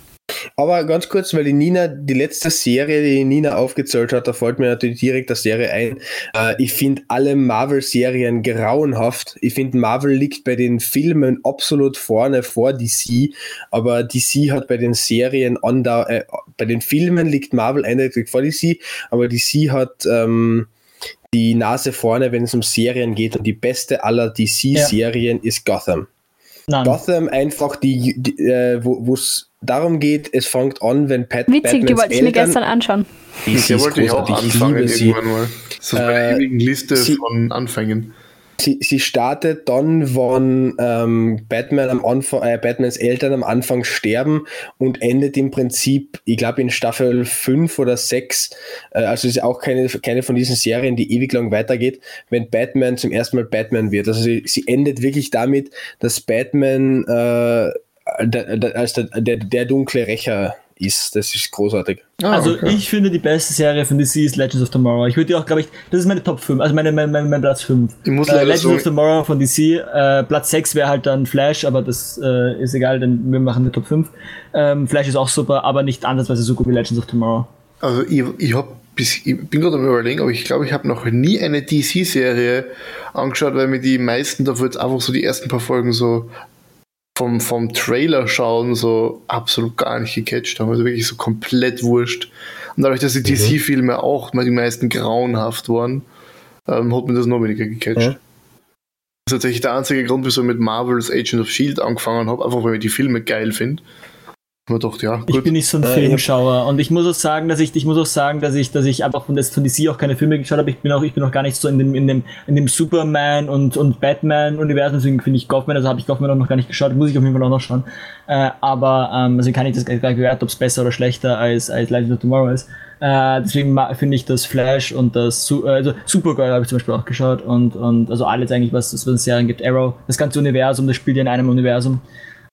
Aber ganz kurz, weil die Nina, die letzte Serie, die Nina aufgezählt hat, da fällt mir natürlich direkt der Serie ein. Äh, ich finde alle Marvel-Serien grauenhaft. Ich finde, Marvel liegt bei den Filmen absolut vorne vor D C, aber D C hat bei den Serien, andau- äh, bei den Filmen liegt Marvel eindeutig vor D C, aber D C hat ähm, die Nase vorne, wenn es um Serien geht, und die beste aller D C-Serien ja. ist Gotham. Nein. Gotham einfach die, die äh, wo es darum geht, es fängt an, wenn Pat Witzig, Batmans die wollte ich mir gestern anschauen. Die ja, wollte ich auch anfangen irgendwann mal. Das ist eine ewige Liste sie, von Anfängen. Sie, sie startet dann, wann ähm, Batman am Anfang, äh, Batmans Eltern am Anfang sterben und endet im Prinzip, ich glaube in Staffel fünf oder sechs, äh, also ist auch keine, keine von diesen Serien, die ewig lang weitergeht, wenn Batman zum ersten Mal Batman wird. Also sie, sie endet wirklich damit, dass Batman äh, der, der, als der, der, der dunkle Rächer ist. Das ist großartig. Ah, also okay. Ich finde die beste Serie von D C ist Legends of Tomorrow. Ich würde die auch, glaube ich, das ist meine Top fünf, also meine, mein, mein, mein Platz fünf. Ich muss äh, Legends so of Tomorrow von D C, äh, Platz sechs wäre halt dann Flash, aber das äh, ist egal, denn wir machen die Top fünf. Ähm, Flash ist auch super, aber nicht ansatzweise so gut wie Legends of Tomorrow. Also ich, ich, hab bis, ich bin gerade am Überlegen, aber ich glaube, ich habe noch nie eine D C-Serie angeschaut, weil mir die meisten dafür jetzt einfach so die ersten paar Folgen so Vom, vom Trailer schauen so absolut gar nicht gecatcht haben, also wirklich so komplett wurscht. Und dadurch, dass die mhm. D C-Filme auch die meisten grauenhaft waren, ähm, hat mir das noch weniger gecatcht. Ja. Das ist tatsächlich der einzige Grund, wieso ich mit Marvel's Agent of S H I E L D angefangen habe, einfach weil ich die Filme geil finde. Ich dachte, ja, gut. Ich bin nicht so ein äh, Filmschauer und ich muss auch sagen, dass ich, ich muss auch sagen, dass ich, dass ich einfach von, das, von D C auch keine Filme geschaut habe. Ich bin auch, ich bin auch gar nicht so in dem, in dem, in dem Superman und, und Batman-Universum, deswegen finde ich Gotham, also habe ich Gotham auch noch gar nicht geschaut, muss ich auf jeden Fall auch noch schauen. Äh, aber, ähm, also kann ich das gar nicht gehört, ob es besser oder schlechter als, als Legends of Tomorrow ist. Äh, deswegen finde ich das Flash und das, also Supergirl habe ich zum Beispiel auch geschaut und, und, also alles eigentlich, was es für Serien gibt. Arrow, das ganze Universum, das spielt ja in einem Universum.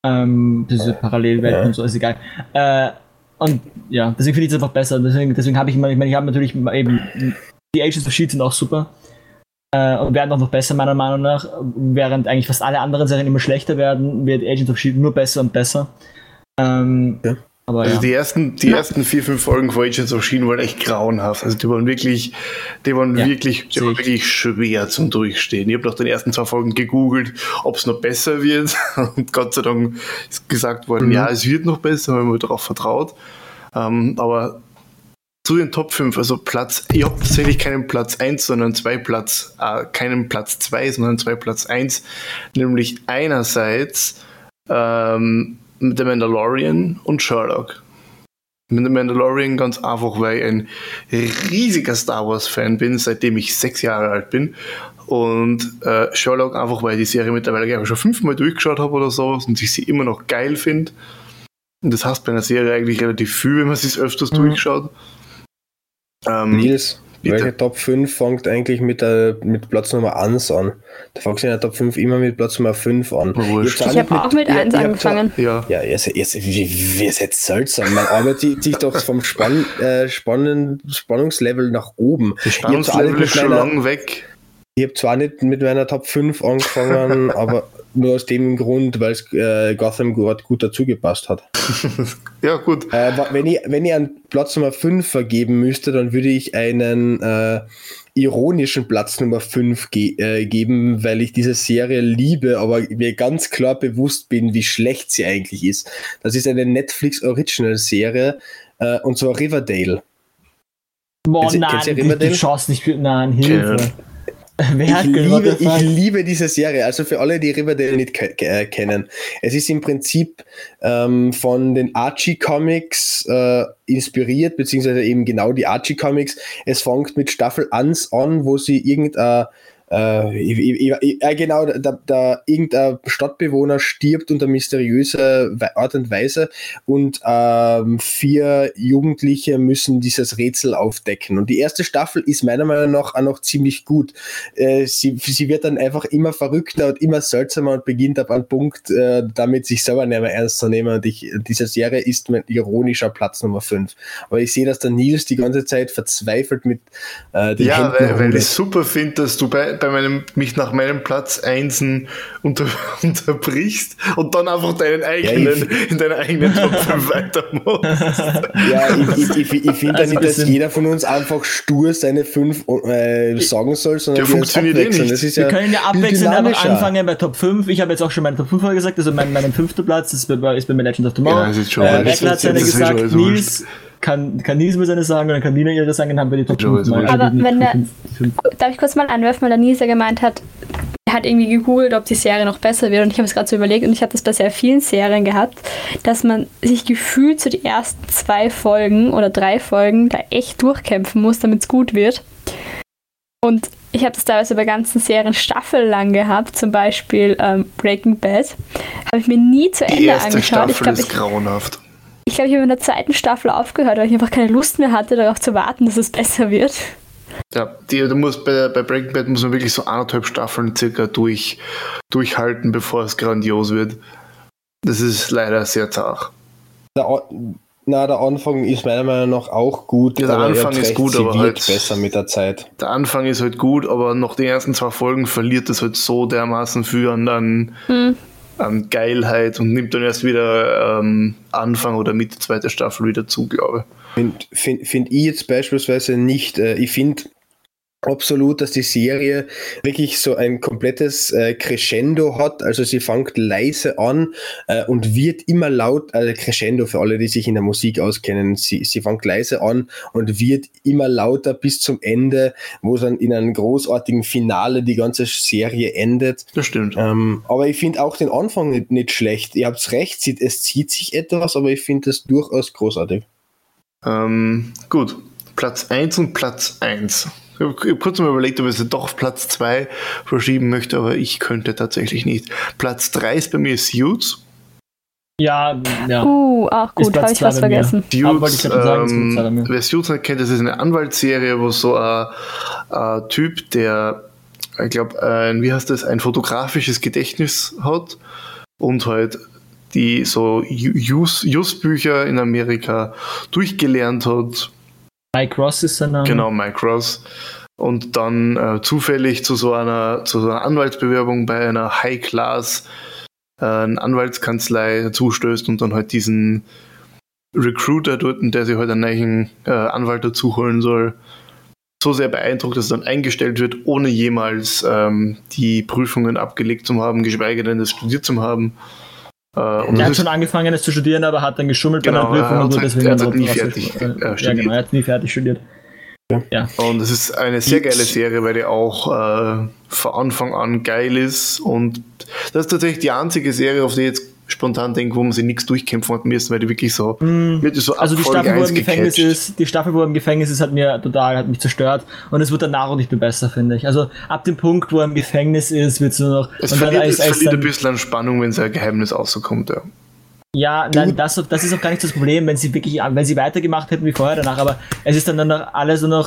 Ähm, diese Parallelwelten ja. und so, ist egal. Äh, und ja, deswegen finde ich es einfach besser. Deswegen, deswegen habe ich mal, ich meine, ich habe natürlich eben, die Agents of S H I E L D sind auch super äh, und werden auch noch besser, meiner Meinung nach. Während eigentlich fast alle anderen Serien immer schlechter werden, wird Agents of S H I E L D nur besser und besser. Ähm, ja. Aber also ja. die ersten, die ja. ersten vier, fünf Folgen von Agents of S H I E L D waren echt grauenhaft. Also die waren wirklich, die waren ja, wirklich, die waren wirklich schwer zum Durchstehen. Ich habe nach den ersten zwei Folgen gegoogelt, ob es noch besser wird. Und Gott sei Dank ist gesagt worden, mhm. ja, es wird noch besser, weil man darauf vertraut. Ähm, aber zu den Top fünf, also Platz, ich habe tatsächlich keinen Platz eins, sondern zwei Platz, äh, keinen Platz zwei, sondern zwei Platz eins. Nämlich einerseits, ähm, mit The Mandalorian und Sherlock. Mit The Mandalorian ganz einfach, weil ich ein riesiger Star Wars Fan bin, seitdem ich sechs Jahre alt bin. Und äh, Sherlock einfach, weil ich die Serie mittlerweile glaube ich schon fünfmal durchgeschaut habe oder sowas und ich sie immer noch geil finde. Und das heißt bei einer Serie eigentlich relativ viel, wenn man sie öfters mhm. durchschaut. Ähm, Nils, Bitte. Welche Top fünf fängt eigentlich mit, der, mit Platz Nummer eins an? Da fängt in der Top fünf immer mit Platz Nummer fünf an. Ich habe auch mit eins angefangen. Ja, ja ihr, ihr, ihr, ihr seid seltsam. Man arbeitet sich doch vom Spann, äh, Spannen, Spannungslevel nach oben. Das Spannungslevel ist schon lang weg. Ich habe zwar nicht mit meiner Top fünf angefangen, aber nur aus dem Grund, weil es äh, Gotham gut, gut dazu gepasst hat. Ja, gut. Äh, wenn, ich, wenn ich an Platz Nummer fünf vergeben müsste, dann würde ich einen äh, ironischen Platz Nummer fünf ge- äh, geben, weil ich diese Serie liebe, aber mir ganz klar bewusst bin, wie schlecht sie eigentlich ist. Das ist eine Netflix-Original-Serie, äh, und zwar Riverdale. Boah, kennst, nein, kennst du die, die Chance nicht. Nein, Hilfe. Ja. Ich liebe, ich liebe diese Serie, also für alle, die Riverdale nicht ke- ke- kennen. Es ist im Prinzip ähm, von den Archie-Comics äh, inspiriert, beziehungsweise eben genau die Archie-Comics. Es fängt mit Staffel eins an, wo sie irgendein Äh, ich, ich, ich, äh, genau, da, da irgendein Stadtbewohner stirbt unter mysteriöser Art und Weise und ähm, vier Jugendliche müssen dieses Rätsel aufdecken. Und die erste Staffel ist meiner Meinung nach auch noch ziemlich gut. Äh, sie, sie wird dann einfach immer verrückter und immer seltsamer und beginnt ab einem Punkt, äh, damit sich selber nicht mehr ernst zu nehmen. Und ich, diese Serie ist mein ironischer Platz Nummer fünf. Aber ich sehe, dass der Nils die ganze Zeit verzweifelt mit äh, den ja, Händen weil, weil ich super finde, dass du bei bei meinem, mich nach meinem Platz einsen unter, unterbrichst und dann einfach deinen eigenen, ja, ich, in deiner eigenen Top fünf weitermachst. Ja, ich, ich, ich, ich finde also nicht, dass jeder von uns einfach stur seine fünf äh, sagen soll, sondern der funktioniert eh nicht. Das ist wir ja können ja abwechselnd einfach anfangen bei Top fünf. Ich habe jetzt auch schon meine Top fünf gesagt, also mein, mein fünfter Platz ist bei, ist bei Legends of Tomorrow. Ja, das ist schon äh, Reckler hat seine gesagt, Nils... Kann, kann Nils mal seine sagen oder kann Nina ihre sagen, dann haben wir die Top fünf. Aber wenn der, darf ich kurz mal anwerfen, weil der Nils ja gemeint hat, er hat irgendwie gegoogelt, ob die Serie noch besser wird und ich habe es gerade so überlegt und ich habe das bei sehr vielen Serien gehabt, dass man sich gefühlt zu so die ersten zwei Folgen oder drei Folgen da echt durchkämpfen muss, damit es gut wird. Und ich habe das teilweise bei ganzen Serien staffellang gehabt, zum Beispiel ähm, Breaking Bad. Habe ich mir nie zu Ende die erste angeschaut. Staffel ich glaub, ist ich, grauenhaft. Ich glaube, ich habe in der zweiten Staffel aufgehört, weil ich einfach keine Lust mehr hatte, darauf zu warten, dass es besser wird. Ja, die, du musst bei, bei Breaking Bad muss man wirklich so anderthalb Staffeln circa durch, durchhalten, bevor es grandios wird. Das ist leider sehr zart. Der, na, der Anfang ist meiner Meinung nach auch gut. Ja, der Anfang ist gut, aber wird halt besser mit der Zeit. Der Anfang ist halt gut, aber nach den ersten zwei Folgen verliert es halt so dermaßen viel an dann hm. an Geilheit und nimmt dann erst wieder ähm, Anfang oder Mitte zweite Staffel wieder zu, glaube ich. Finde find, find ich jetzt beispielsweise nicht. Äh, ich finde absolut, dass die Serie wirklich so ein komplettes äh, Crescendo hat. Also sie fängt leise an äh, und wird immer laut, also Crescendo für alle, die sich in der Musik auskennen, sie, sie fängt leise an und wird immer lauter bis zum Ende, wo dann in einem großartigen Finale die ganze Serie endet. Das stimmt. Ähm, aber ich finde auch den Anfang nicht, nicht schlecht. Ihr habt recht, es zieht sich etwas, aber ich finde das durchaus großartig. Ähm, gut, Platz eins und Platz eins. Ich habe kurz mal überlegt, ob ich es doch auf Platz zwei verschieben möchte, aber ich könnte tatsächlich nicht. Platz drei ist bei mir Suits. Ja, ja. Uh, auch gut, habe ich was vergessen. Suits, ähm, wer Suits nicht kennt, das ist eine Anwaltsserie, wo so ein, ein Typ, der, ich glaube, wie heißt das, ein fotografisches Gedächtnis hat und halt die so Just-Bücher in Amerika durchgelernt hat. Mike Ross ist sein Name. Genau, Mike Ross. Und dann äh, zufällig zu so einer, zu so einer Anwaltsbewerbung bei einer High-Class äh, Anwaltskanzlei zustößt und dann halt diesen Recruiter dort, der sich halt einen neuen äh, Anwalt dazu holen soll, so sehr beeindruckt, dass er dann eingestellt wird, ohne jemals ähm, die Prüfungen abgelegt zu haben, geschweige denn das studiert zu haben. Und er hat schon angefangen, es zu studieren, aber hat dann geschummelt genau, bei der Prüfung und so, deswegen er hat nie fertig äh, studiert. Ja, genau, er hat nie fertig studiert. Ja. Ja. Und es ist eine sehr geile Serie, weil die auch äh, von Anfang an geil ist und das ist tatsächlich die einzige Serie, auf die ich jetzt spontan denke, wo man sich nichts durchkämpfen hat müssen, weil die wirklich so, mm, wirklich so also die Staffel, wo er im Gefängnis ist, die Staffel, wo er im Gefängnis ist, hat mir total, hat mich zerstört und es wird danach auch nicht mehr besser, finde ich. Also ab dem Punkt, wo er im Gefängnis ist, wird es nur noch... Es verliert, als, als es verliert ein bisschen an Spannung, wenn sein Geheimnis rauskommt, ja. Ja, nein, das, das ist auch gar nicht das Problem, wenn sie wirklich, wenn sie weitergemacht hätten wie vorher danach, aber es ist dann, dann noch alles so noch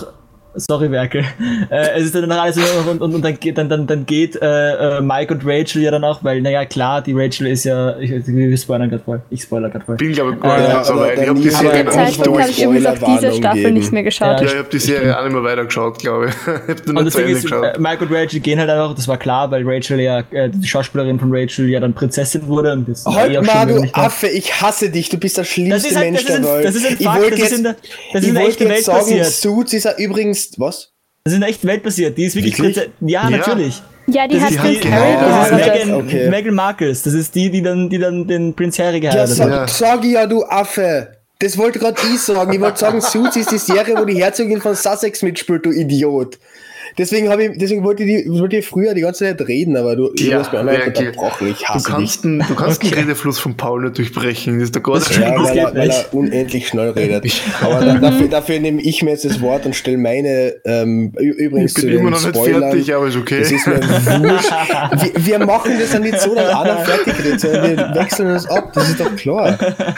Sorry, Merkel. Äh, es ist dann alles und, und, und dann geht, dann, dann, dann geht äh, Mike und Rachel ja dann auch, weil, naja, klar, die Rachel ist ja. Ich, wir spoilern gerade voll. Ich spoilere gerade voll. Bin, glaube ich, gar äh, nicht so weit. Ich habe die Serie auch Zeitpunkt habe ich übrigens auf diese Staffel geben. nicht mehr geschaut. Ja, ich habe die Serie auch nicht mehr weitergeschaut, glaube ich. Ich habe nur das Ding ist, geschaut. Mike und Rachel gehen halt einfach, das war klar, weil Rachel ja, äh, die Schauspielerin von Rachel ja dann Prinzessin wurde. Und das halt mal, du Affe, ich hasse dich, du bist der schlimmste halt, Mensch der Welt. Das ist ein Fakt, das ist in der, das ist in der echten Welt sagen, passiert. Suits ist ja übrigens, was? Das ist in der echten Welt passiert. Die ist wirklich. wirklich? Ja, ja, natürlich. Ja, die das hat Prince die, Harry geheiratet. Meghan, okay. Meghan Markles. Das ist die, die dann, die dann den Prinz Harry geheiratet ja, hat. Ja, sag ich ja, du Affe. Das wollte gerade ich sagen. Ich wollte sagen, Suits ist die Serie, wo die Herzogin von Sussex mitspielt, du Idiot. Deswegen, ich, deswegen wollte ich, wollte ich früher die ganze Zeit reden, aber du, ja, du hast mir einfach unterbrochen. Ich hasse du kannst, den, du kannst okay. den Redefluss von Paul nicht durchbrechen. Das ist der Gott. Ja, weil, er, weil er unendlich schnell redet. Aber da, dafür, dafür nehme ich mir jetzt das Wort und stelle meine ähm, übrigens ich bin immer noch nicht Spoilern. fertig, aber ist okay. Das ist mir wurscht. Wir, wir machen das dann nicht so, dass einer fertig redet, sondern wir wechseln das ab. Das ist doch klar.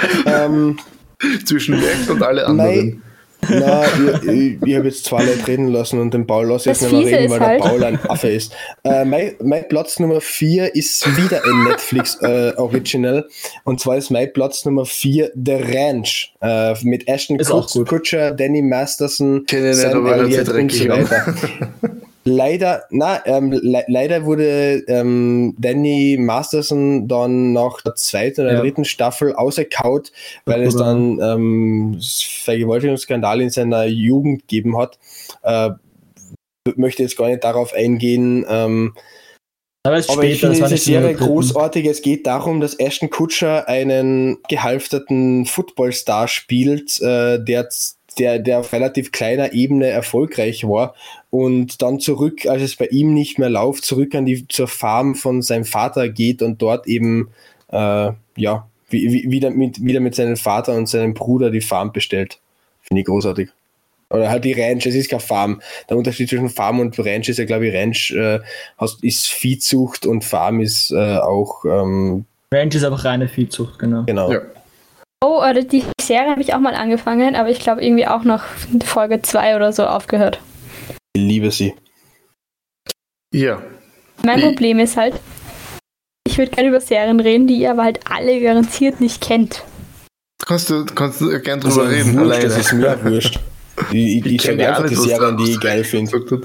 Ähm, Zwischen Werk und alle anderen. Na, ich, ich, ich habe jetzt zwei Leute reden lassen und den Paul lasse ich jetzt nicht mehr reden, weil halt. der Paul ein Affe ist. Äh, mein, mein Platz Nummer vier ist wieder ein Netflix-Original. Äh, und zwar ist mein Platz Nummer vier The Ranch. Äh, mit Ashton Kutcher, Danny Masterson, Sam Elliott und so weiter. Leider, na, ähm, le- leider wurde ähm, Danny Masterson dann nach der zweiten oder ja. dritten Staffel ausgekaut, weil es dann ähm, Vergewaltigungsskandal in seiner Jugend gegeben hat. Äh, möchte jetzt gar nicht darauf eingehen. Ähm, aber, aber später, ich finde diese Serie großartig. Es geht darum, dass Ashton Kutcher einen gehalfterten Footballstar spielt, äh, der der, der auf relativ kleiner Ebene erfolgreich war und dann zurück, als es bei ihm nicht mehr läuft, zurück an die zur Farm von seinem Vater geht und dort eben äh, ja wie, wie, wieder, mit, wieder mit seinem Vater und seinem Bruder die Farm bestellt. Finde ich großartig. Oder halt die Ranch, es ist keine Farm. Der Unterschied zwischen Farm und Ranch ist ja, glaube ich, Ranch äh, ist Viehzucht und Farm ist äh, auch ähm, Ranch ist einfach reine Viehzucht, genau. Genau. Ja. Oh, oder die Serie habe ich auch mal angefangen, aber ich glaube irgendwie auch noch Folge zwei oder so aufgehört. Ich liebe sie. Ja. Mein Problem ist halt, ich würde gerne über Serien reden, die ihr aber halt alle garantiert nicht kennt. Kannst du, kannst du gern drüber also reden. Wurscht, das ist mir wurscht. Ich, ich, ich, ich sage einfach die Serien, die ich geil finde.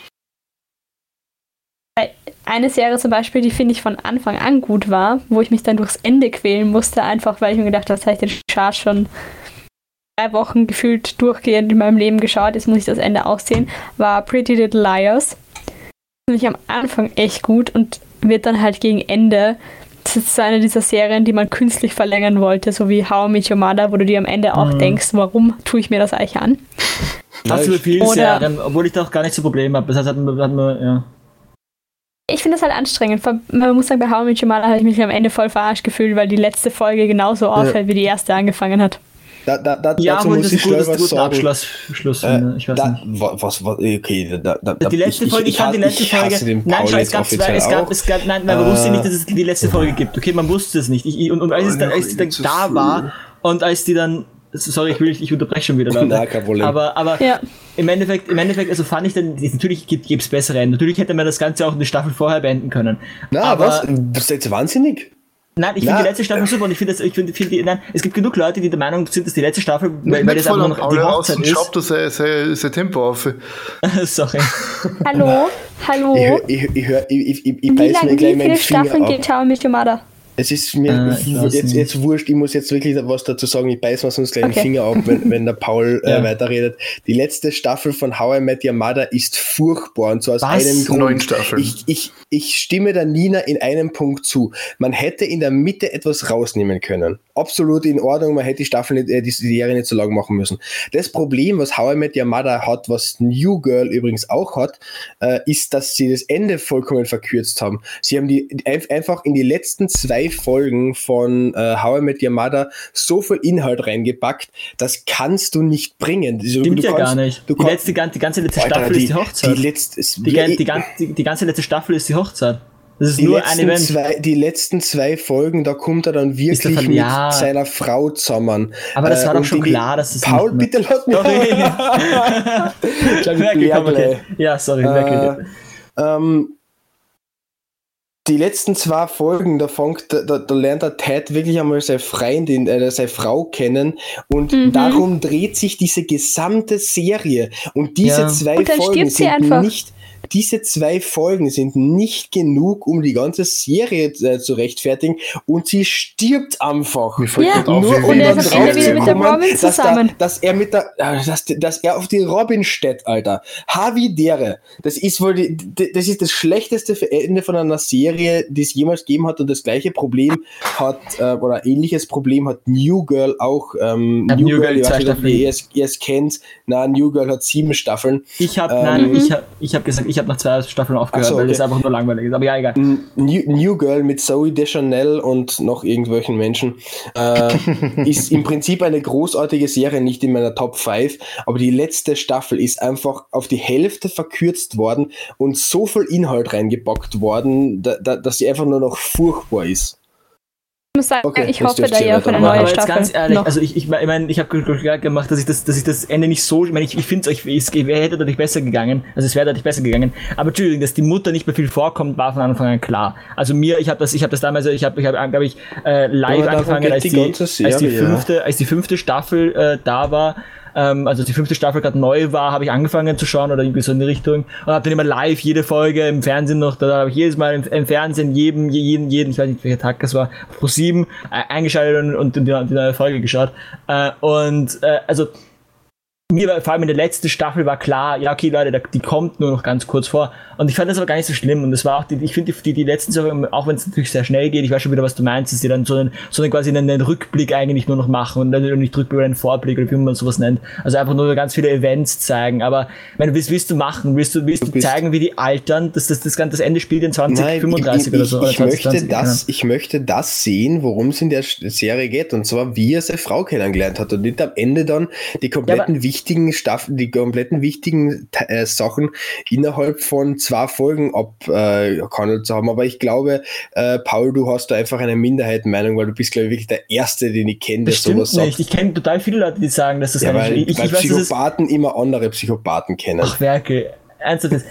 Eine Serie zum Beispiel, die finde ich von Anfang an gut war, wo ich mich dann durchs Ende quälen musste, einfach weil ich mir gedacht habe, das habe ich den Chart schon drei Wochen gefühlt durchgehend in meinem Leben geschaut, jetzt muss ich das Ende auch sehen, war Pretty Little Liars. Das finde ich am Anfang echt gut und wird dann halt gegen Ende, das ist so eine dieser Serien, die man künstlich verlängern wollte, so wie How I Met Your Mother, wo du dir am Ende auch mhm. denkst, warum tue ich mir das eigentlich an? Hast du viele Serien, obwohl ich da auch gar nicht so Probleme habe, das heißt, hat man, hat man ja... Ich finde das halt anstrengend. Man muss sagen, bei How I Met Your Mother habe ich mich am Ende voll verarscht gefühlt, weil die letzte Folge genauso aufhört, ja. wie die erste angefangen hat. Da, da, da, ja, dazu und muss das ich ist gut, was sagen. Abschluss, Schluss, äh, ich weiß da, nicht. Was, was, okay, da, da, die letzte ich, Folge, ich, ich fand die letzte Folge. Nein, schau, es gab zwei, es gab, es gab, nein, man äh, wusste nicht, dass es die letzte Folge gibt. Okay, man wusste es nicht. Ich, ich, und, und als, es dann, als die dann da früh. war und als die dann, sorry, ich will, ich unterbreche schon wieder. Nein, kein Problem. Aber, aber ja. im Endeffekt, im Endeffekt, also fand ich dann, natürlich gibt es bessere. Natürlich hätte man das Ganze auch in der Staffel vorher beenden können. Na, aber was? Bist du jetzt wahnsinnig? Nein, ich finde die letzte Staffel super und ich finde, ich finde, find, nein, es gibt genug Leute, die der Meinung sind, dass die letzte Staffel, weil, weil das einfach noch die Hochzeit ist. Schraubt das sein, sein, sein Tempo auf. Sorry. Hallo, hallo. Ich höre, ich, höre, ich, ich, ich wie beiß mir gleich meinen Finger ab. Wie viele Staffeln geht How I Met Your Mother? Es ist mir äh, jetzt, jetzt wurscht, ich muss jetzt wirklich was dazu sagen, ich beiß mir sonst gleich okay. den Finger ab, wenn, wenn der Paul äh, ja. weiterredet. Die letzte Staffel von How I Met Your Mother ist furchtbar und zwar aus was? einem Grund. Neun Staffeln. Ich, ich, ich stimme der Nina in einem Punkt zu. Man hätte in der Mitte etwas rausnehmen können. Absolut in Ordnung, man hätte die Staffel nicht, äh, die Serie nicht so lang machen müssen. Das Problem, was How I Met Your Mother hat, was New Girl übrigens auch hat, äh, ist, dass sie das Ende vollkommen verkürzt haben. Sie haben die einfach in die letzten zwei Folgen von äh, How I Met Your Mother so viel Inhalt reingepackt, das kannst du nicht bringen. Also, Stimmt du ja kannst, gar nicht. Du die, letzte, die ganze letzte Alter, Staffel die, ist die Hochzeit. Die, letzte, die, die, die, die ganze letzte Staffel ist die Hochzeit. Das ist die, nur letzten ein Event. Zwei, die letzten zwei Folgen, da kommt er dann wirklich davon, mit ja. seiner Frau zusammen. Aber das war äh, doch schon die, klar, dass es Paul, nicht bitte lass mich. Sorry. okay. Ja, sorry, äh, ähm, Die letzten zwei Folgen, da, fängt, da, da lernt der Ted wirklich einmal seine Freundin, äh, seine Frau kennen und mhm. darum dreht sich diese gesamte Serie. Und diese ja. zwei und Folgen sind einfach. nicht, diese zwei Folgen sind nicht genug, um die ganze Serie äh, zu rechtfertigen und sie stirbt einfach. Ja, nur um und dann drauf zu wieder mit der Robin dass, zusammen. Da, dass er mit der, dass, dass er auf die Robin steht, Alter. Havidere. Das ist wohl die, das ist das schlechteste Ende von einer Serie, die es jemals gegeben hat, und das gleiche Problem hat, äh, oder ähnliches Problem hat New Girl auch. Ähm, New, New Girl, Girl ich weiß nicht, ob ihr es, ihr es kennt. Na, New Girl hat sieben Staffeln. Ich habe, ähm, nein, ich habe, ich habe gesagt, ich habe nach zwei Staffeln aufgehört, so, okay. weil das einfach nur langweilig ist. Aber ja, egal. New, New Girl mit Zooey Deschanel und noch irgendwelchen Menschen äh, ist im Prinzip eine großartige Serie, nicht in meiner Top fünf, aber die letzte Staffel ist einfach auf die Hälfte verkürzt worden und so viel Inhalt reingepackt worden, da, da, dass sie einfach nur noch furchtbar ist. Ich muss sagen, okay, ich hoffe da ja auf eine neue aber Staffel. Jetzt ganz ehrlich, noch. also ich, ich meine, ich habe klar gemacht, dass ich das, dass ich das Ende nicht so, ich meine, ich, ich finde es, es hätte dadurch besser gegangen, also es wäre dadurch besser gegangen, aber Entschuldigung, dass die Mutter nicht mehr viel vorkommt, war von Anfang an klar. Also mir, ich habe das, ich habe das damals, ich habe, ich habe, glaube ich, äh, live ja, angefangen, als die, die Serie, als die fünfte, ja. als die fünfte Staffel äh, da war. Ähm, also die fünfte Staffel gerade neu war, habe ich angefangen zu schauen oder irgendwie so in die Richtung und habe dann immer live jede Folge im Fernsehen noch, da habe ich jedes Mal im, im Fernsehen jeden, jeden, jeden, ich weiß nicht welcher Tag das war, pro sieben äh, eingeschaltet und, und die, die neue Folge geschaut äh, und äh, also mir war, vor allem in der letzten Staffel war klar, ja okay Leute, die kommt nur noch ganz kurz vor und ich fand das aber gar nicht so schlimm und das war auch, die, ich finde die, die, die letzten Sachen, auch wenn es natürlich sehr schnell geht, ich weiß schon wieder, was du meinst, dass die dann so einen, so einen quasi einen, einen Rückblick eigentlich nur noch machen und dann nicht Rückblick oder einen Vorblick oder wie man sowas nennt, also einfach nur ganz viele Events zeigen, aber ich meine, was willst du machen? Willst du, willst du, du zeigen, wie die altern? Das, das, das, das Ende spielt in zwanzig fünfunddreißig oder so. Ich, ich, oder zwanzig, möchte das, ich möchte das sehen, worum es in der Serie geht und zwar, wie er seine Frau kennengelernt hat und nicht am Ende dann die kompletten ja, wichtigen Staffeln, die kompletten wichtigen äh, Sachen innerhalb von zwei Folgen abgehandelt äh, zu haben. Aber ich glaube, äh, Paul, du hast da einfach eine Minderheitenmeinung, weil du bist, glaube ich, wirklich der Erste, den ich kenne, der sowas sagt. Nicht. Ich kenne total viele Leute, die sagen, dass das ja, gar weil, nicht... Ich, weil ich weiß, Psychopathen ist, immer andere Psychopathen kennen. Ach, Werke. Ernsthaft.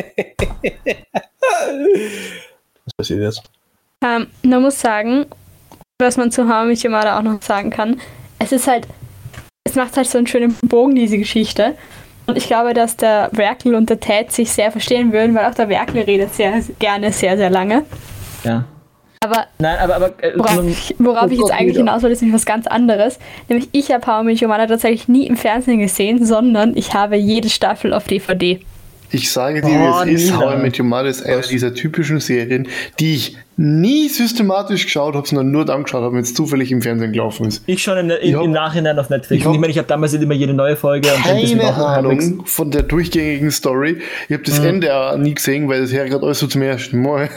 Was passiert jetzt? Ähm, man muss sagen, was man zu How I Met Your Mother auch noch sagen kann, es ist halt es macht halt so einen schönen Bogen, diese Geschichte. Und ich glaube, dass der Werkel und der Ted sich sehr verstehen würden, weil auch der Werkel redet sehr gerne sehr, sehr lange. Ja. Aber, Nein, aber, aber äh, worauf, ich, worauf ich jetzt eigentlich wieder. hinaus wollte, ist nämlich was ganz anderes. Nämlich, ich habe How I Met Your Mother tatsächlich nie im Fernsehen gesehen, sondern ich habe jede Staffel auf D V D. Ich sage dir, oh, wie es ist, How I Met Your Mother ist eine dieser typischen Serien, die ich nie systematisch geschaut habe, sondern nur dann geschaut habe, wenn es zufällig im Fernsehen gelaufen ist. Ich schon im, im, im Nachhinein auf Netflix. Ich, und ich meine, ich habe damals immer jede neue Folge. Keine und Ahnung von der durchgängigen Story. Ich habe das mhm. Ende auch nie gesehen, weil das her gerade alles so zum ersten Mal.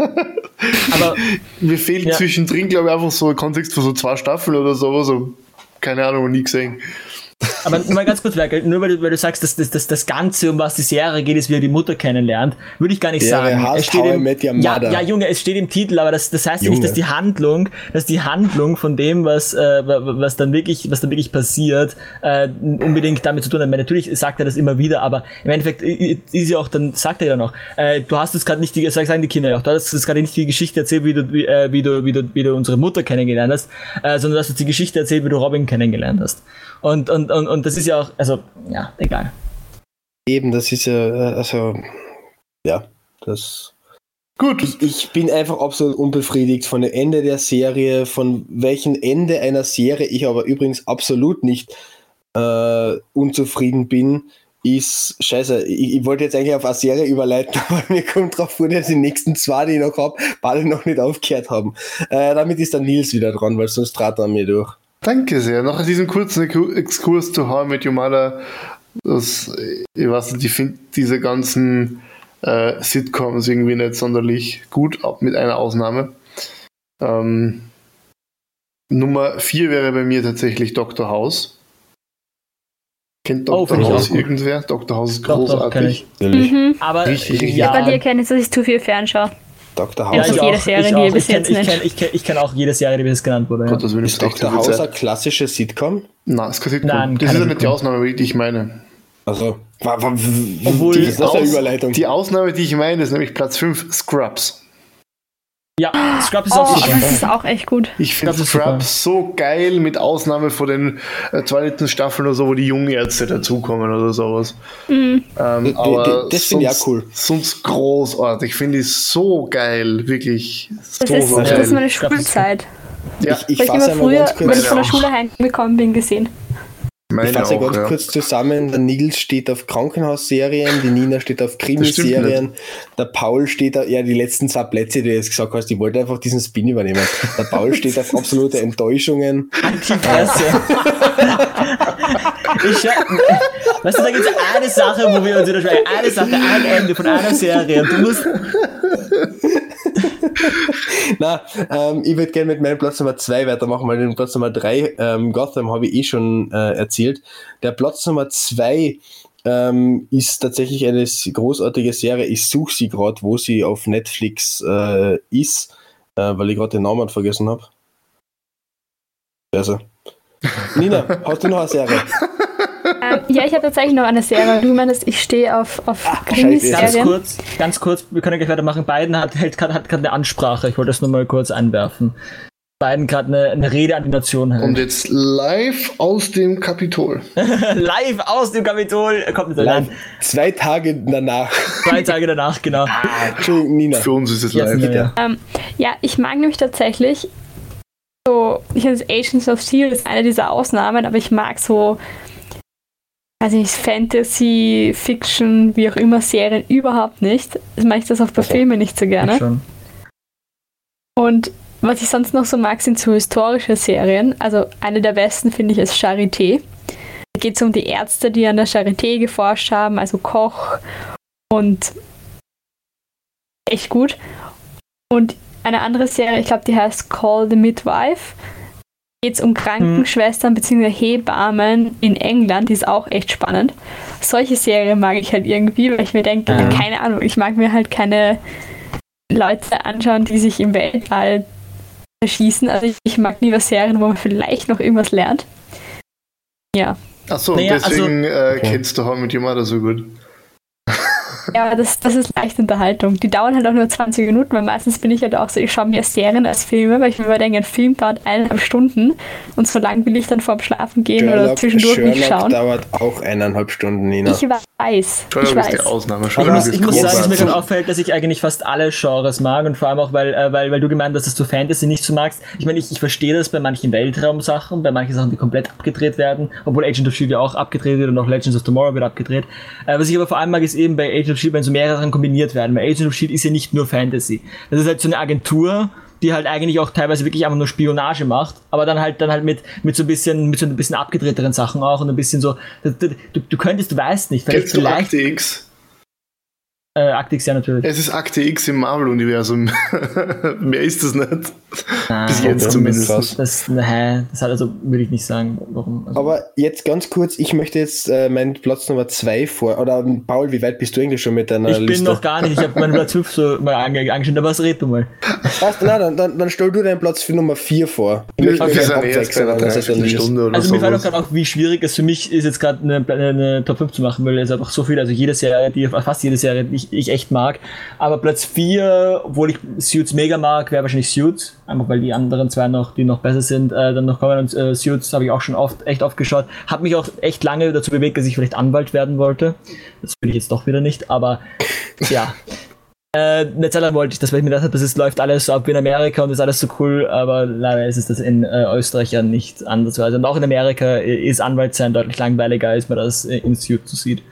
Aber mir fehlt ja. zwischendrin, glaube ich, einfach so ein Kontext von so zwei Staffeln oder so. so keine Ahnung, nie gesehen. Aber mal ganz kurz, Werkel, nur weil du, weil du sagst, dass, dass, dass das Ganze, um was die Serie geht, ist, wie er die Mutter kennenlernt, würde ich gar nicht ja, sagen. Es steht im, ja, ja, Junge, es steht im Titel, aber das, das heißt ja nicht, dass die Handlung, dass die Handlung von dem, was, äh, was dann wirklich, was dann wirklich passiert, äh, unbedingt damit zu tun hat. Meine, natürlich sagt er das immer wieder, aber im Endeffekt ist ja auch, dann sagt er ja noch, äh, du hast jetzt gerade nicht die, sagen die Kinder ja auch, du hast jetzt gerade nicht die Geschichte erzählt, wie du, wie, äh, wie du, wie du, wie du unsere Mutter kennengelernt hast, äh, sondern du hast jetzt die Geschichte erzählt, wie du Robin kennengelernt hast. Und, und, und, und das ist ja auch, also, ja, egal. Eben, das ist ja, also, ja, das... Gut. Ich, ich bin einfach absolut unbefriedigt von dem Ende der Serie, von welchem Ende einer Serie ich aber übrigens absolut nicht äh, unzufrieden bin, ist, scheiße, ich, ich wollte jetzt eigentlich auf eine Serie überleiten, aber mir kommt drauf vor, dass die nächsten zwei, die ich noch habe, beide noch nicht aufgehört haben. Äh, damit ist der Nils wieder dran, weil sonst trat er an mir durch. Danke sehr. Nach diesem kurzen Exkurs zu How I Met Your Mother, das, ich weiß nicht, ich finde diese ganzen äh, Sitcoms irgendwie nicht sonderlich gut, mit einer Ausnahme. Ähm, Nummer vier wäre bei mir tatsächlich Doktor House. Kennt Doktor oh, House irgendwer? Doktor House ist doch, großartig. Doch, mhm. Aber richtig, richtig ja. Bei dir kenne ich, dass ich zu viel fernschaue. Doktor Ja, House. also jede Serie, die ihr bis jetzt Ich kenne nennt. ich kenn, ich kenn auch jede Serie, die bis jetzt genannt wurde. Ja. Gott, das will ich Ist Doktor House eine klassische Sitcom? Nein, das ist kein Sitcom. Nein, das keine ist ja nicht die Sitcom. Ausnahme, die ich meine. Also, wa- wa- w- Obwohl- die ist das eine Aus- Überleitung. Die Ausnahme, die ich meine, ist nämlich Platz fünf, Scrubs. Ja, Scrubs ist Oh, auch das super. ist auch echt gut. Ich finde Das ist Scrubs so geil, mit Ausnahme von den äh, zwei letzten Staffeln oder so, wo die Jungärzte dazukommen oder sowas. Mhm. Ähm, Die- die- aber das finde ich sonst- auch cool. Sonst großartig. Finde ich so geil. Wirklich. So, Das ist, so das geil. ist meine Ich glaub, das ist- Schulzeit. ja, Ich, ich Weil ich fasse immer einmal früher, ganz wenn kurz, ich von der auch. Schule heimgekommen bin, gesehen. ich meine fasse auch, ganz ja. kurz zusammen. Der Nils steht auf Krankenhausserien, die Nina steht auf Krimiserien, der Paul steht auf, ja, die letzten zwei Plätze, die du jetzt gesagt hast, die wollte einfach diesen Spin übernehmen. Der Paul steht auf absolute Enttäuschungen. Antipresse. ich, ja, weißt du, da gibt es eine Sache, wo wir uns widersprechen. Eine Sache, ein Ende von einer Serie. Und du musst. Na, ähm, ich würde gerne mit meinem Platz Nummer zwei weitermachen, weil den Platz Nummer drei, ähm, Gotham, habe ich eh schon äh, erzählt. Der Platz Nummer zwei ähm, ist tatsächlich eine s- großartige Serie. Ich suche sie gerade, wo sie auf Netflix äh, ist, äh, weil ich gerade den Namen vergessen habe. Also. Nina, hast du noch eine Serie? Ähm, ja, ich habe tatsächlich noch eine Serie. Du meinst, ich stehe auf, auf scheiße. Ganz Krimiserien. kurz, ganz kurz, wir können gleich weitermachen. Biden hat hält gerade hat gerade eine Ansprache. Ich wollte das nur mal kurz einwerfen. Biden gerade eine, eine Rede an die Nation hält. Und jetzt live aus dem Kapitol. Live aus dem Kapitol kommt mit Live. Zwei Tage danach. Zwei Tage danach, genau. Entschuldigung, Nina. Für uns ist es Jetzt live. nicht mehr. Ähm, ja, ich mag nämlich tatsächlich so, ich finde Agents of S H I E L D ist eine dieser Ausnahmen, aber ich mag so, weiß nicht, Fantasy, Fiction, wie auch immer, Serien überhaupt nicht. Das mag ich das auch bei Filmen nicht so gerne. Schon. Und was ich sonst noch so mag, sind so historische Serien. Also eine der besten finde ich ist Charité. Da geht es um die Ärzte, die an der Charité geforscht haben, also Koch und echt gut. Und eine andere Serie, ich glaube, die heißt Call the Midwife. Da geht es um Krankenschwestern bzw. Hebammen in England, die ist auch echt spannend. Solche Serien mag ich halt irgendwie, weil ich mir denke, Ja. keine Ahnung, ich mag mir halt keine Leute anschauen, die sich im Weltall erschießen. Also ich, ich mag lieber Serien, wo man vielleicht noch irgendwas lernt. Ja. Achso, Naja, deswegen äh, kennst du How I Met Your Mother so gut. Ja, das, das ist leicht Unterhaltung. Die dauern halt auch nur zwanzig Minuten, weil meistens bin ich halt auch so, ich schaue mir Serien als Filme, weil ich mir immer denke, ein Film dauert eineinhalb Stunden und so lang will ich dann vorm Schlafen gehen oder zwischendurch nicht Sherlock schauen. dauert auch eineinhalb Stunden, Nina. Ich weiß, ich Sherlock ist die weiß. Ausnahme. Ich Sherlock muss, ist ich muss sagen, dass mir großartig. gerade auffällt, dass ich eigentlich fast alle Genres mag und vor allem auch, weil, äh, weil, weil du gemeint hast, dass du Fantasy nicht so magst. Ich meine, ich, ich verstehe das bei manchen Weltraumsachen, bei manchen Sachen, die komplett abgedreht werden, obwohl Agent of S H I E L D ja auch abgedreht wird und auch Legends of Tomorrow wird abgedreht. Äh, was ich aber vor allem mag, ist eben bei Agent of S H I E L D, wenn so mehrere Sachen kombiniert werden, weil Agent of S H I E L D ist ja nicht nur Fantasy. Das ist halt so eine Agentur, die halt eigentlich auch teilweise wirklich einfach nur Spionage macht, aber dann halt dann halt mit mit so ein bisschen mit so ein bisschen abgedrehteren Sachen auch und ein bisschen so du, du, du könntest, du weißt nicht, Kennst du vielleicht Akte X? äh, Akte X, ja natürlich. Es ist Akte X im Marvel-Universum. Mehr ist das nicht. Nein, Bis jetzt das zumindest. ist krass. Das, hä, das hat also, würde ich nicht sagen, warum. Also, Aber jetzt ganz kurz, ich möchte jetzt äh, meinen Platz Nummer zwei vor. Oder Paul, wie weit bist du eigentlich schon mit deiner ich bin Liste? noch gar nicht, ich habe meinen Platz fünf so mal ange angeschaut, aber was red du mal? Was? Nein, dann, dann, dann stell du deinen Platz für Nummer vier vor. Ich Wir möchte mir sind keinen eh jetzt abwechseln, bei einer das ist ja nicht- Dreiviertelstunde oder Also mir fällt auch sowas. gerade auch, wie schwierig es für mich ist, jetzt gerade eine, eine, eine Top fünf zu machen, weil es einfach so viel, also jede Serie, die, fast jede Serie, die ich, ich echt mag. Aber Platz vier, obwohl ich Suits mega mag, wäre wahrscheinlich Suits, einfach weil die anderen zwei noch, die noch besser sind, äh, dann noch kommen. Und äh, Suits habe ich auch schon oft, echt oft geschaut. Hat mich auch echt lange dazu bewegt, dass ich vielleicht Anwalt werden wollte. Das will ich jetzt doch wieder nicht, aber ja. Äh, eine Zeit lang wollte ich das, weil ich mir gedacht habe, das ist, läuft alles so ab wie in Amerika und ist alles so cool, aber leider ist es das in äh, Österreich ja nicht andersweise. Und auch in Amerika ist Anwalt sein deutlich langweiliger, als man das äh, in Suits so sieht.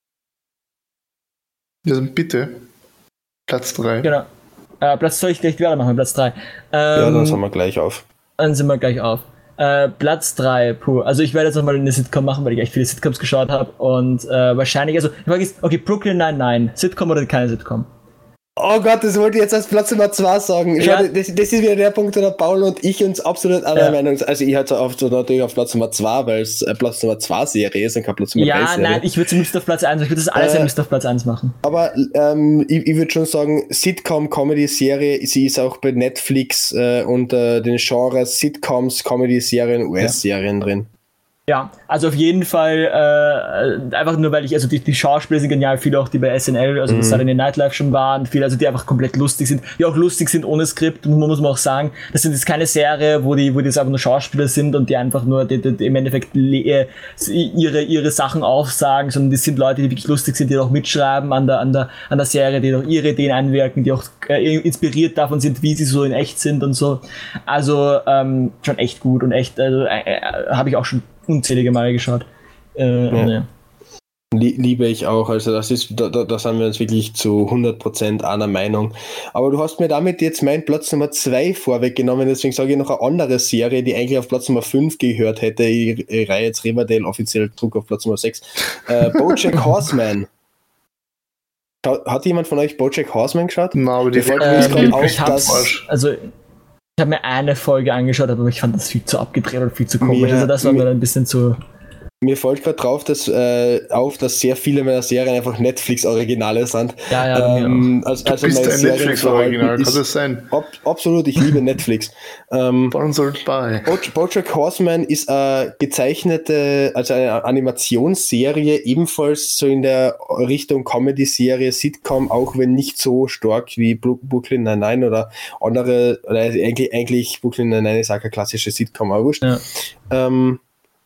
Also bitte. Platz drei. Genau. Äh, Platz soll ich gleich weitermachen, Platz drei. Ähm, Ja, dann sind wir gleich auf. Dann sind wir gleich auf. Äh, Platz drei, puh. Also ich werde jetzt nochmal eine Sitcom machen, weil ich echt viele Sitcoms geschaut habe und äh, wahrscheinlich, also die Frage ist, okay, Brooklyn Nine-Nine, Sitcom oder keine Sitcom? Oh Gott, das wollte ich jetzt als Platz Nummer zwei sagen. Schau, ja. das, das ist wieder der Punkt, wo der Paul und ich uns absolut einer ja. Meinung sind. Also ich hatte auf, natürlich auf Platz Nummer zwei, weil es äh, Platz Nummer zwei Serie ist und kein Platz Nummer drei Serie. Ja, nein, ich würde zumindest auf Platz eins, ich würde das alles äh, ja auf Platz eins machen. Aber ähm, ich, ich würde schon sagen, Sitcom-Comedy-Serie, sie ist auch bei Netflix äh, unter den Genres Sitcoms, Comedy-Serien, U S-Serien ja. drin. Ja, also auf jeden Fall, äh, einfach nur, weil ich, also die, die Schauspieler sind genial, viele auch, die bei S N L, also mhm. das Saturday Night Live schon waren, viele, also die einfach komplett lustig sind, die auch lustig sind ohne Skript, und muss man auch sagen, das sind jetzt keine Serie, wo die, wo die jetzt einfach nur Schauspieler sind und die einfach nur die, die, die im Endeffekt le- ihre, ihre Sachen aufsagen, sondern das sind Leute, die wirklich lustig sind, die auch mitschreiben an der, an der, an der Serie, die auch ihre Ideen einwirken, die auch äh, inspiriert davon sind, wie sie so in echt sind und so. Also, ähm, schon echt gut und echt, also, äh, äh, habe ich auch schon unzählige Male geschaut. Äh, ja. Ja. Liebe ich auch, also das ist, da, da sind wir uns wirklich zu hundert Prozent einer Meinung. Aber du hast mir damit jetzt meinen Platz Nummer zwei vorweggenommen, deswegen sage ich noch eine andere Serie, die eigentlich auf Platz Nummer fünf gehört hätte. Ich, ich reihe jetzt Riverdale offiziell Druck auf Platz Nummer sechs. Äh, BoJack Horseman. Hat jemand von euch BoJack Horseman geschaut? Nein, aber die Folge ähm, ist gerade auf, ich dass... Also, ich habe mir eine Folge angeschaut, aber ich fand das viel zu abgedreht und viel zu komisch. Mir, also das war mir dann ein bisschen zu... Mir fällt gerade drauf, dass, äh, auf, dass sehr viele meiner Serien einfach Netflix-Originale sind. Ja, ja, ähm, also, du also bist ein Netflix-Original, kann das sein? Ab, absolut, ich liebe Netflix. ähm, bei. BoJack Horseman ist eine gezeichnete, also eine Animationsserie, ebenfalls so in der Richtung Comedy-Serie, Sitcom, auch wenn nicht so stark wie Brooklyn Nine-Nine oder andere, oder eigentlich, eigentlich Brooklyn Nine-Nine ist auch eine klassische Sitcom, aber wurscht. Ja. Ähm,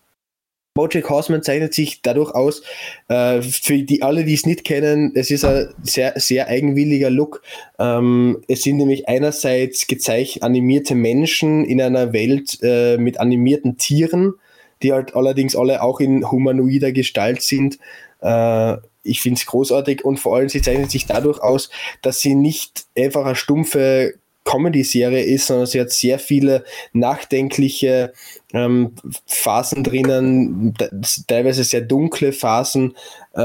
BoJack Horseman zeichnet sich dadurch aus, äh, für die alle, die es nicht kennen, es ist ein sehr, sehr eigenwilliger Look. Ähm, es sind nämlich einerseits gezeichnet animierte Menschen in einer Welt äh, mit animierten Tieren, die halt allerdings alle auch in humanoider Gestalt sind. Äh, ich finde es großartig und vor allem, sie zeichnet sich dadurch aus, dass sie nicht einfach eine stumpfe Comedy-Serie ist, sondern sie hat sehr viele nachdenkliche ähm, Phasen drinnen, teilweise sehr dunkle Phasen,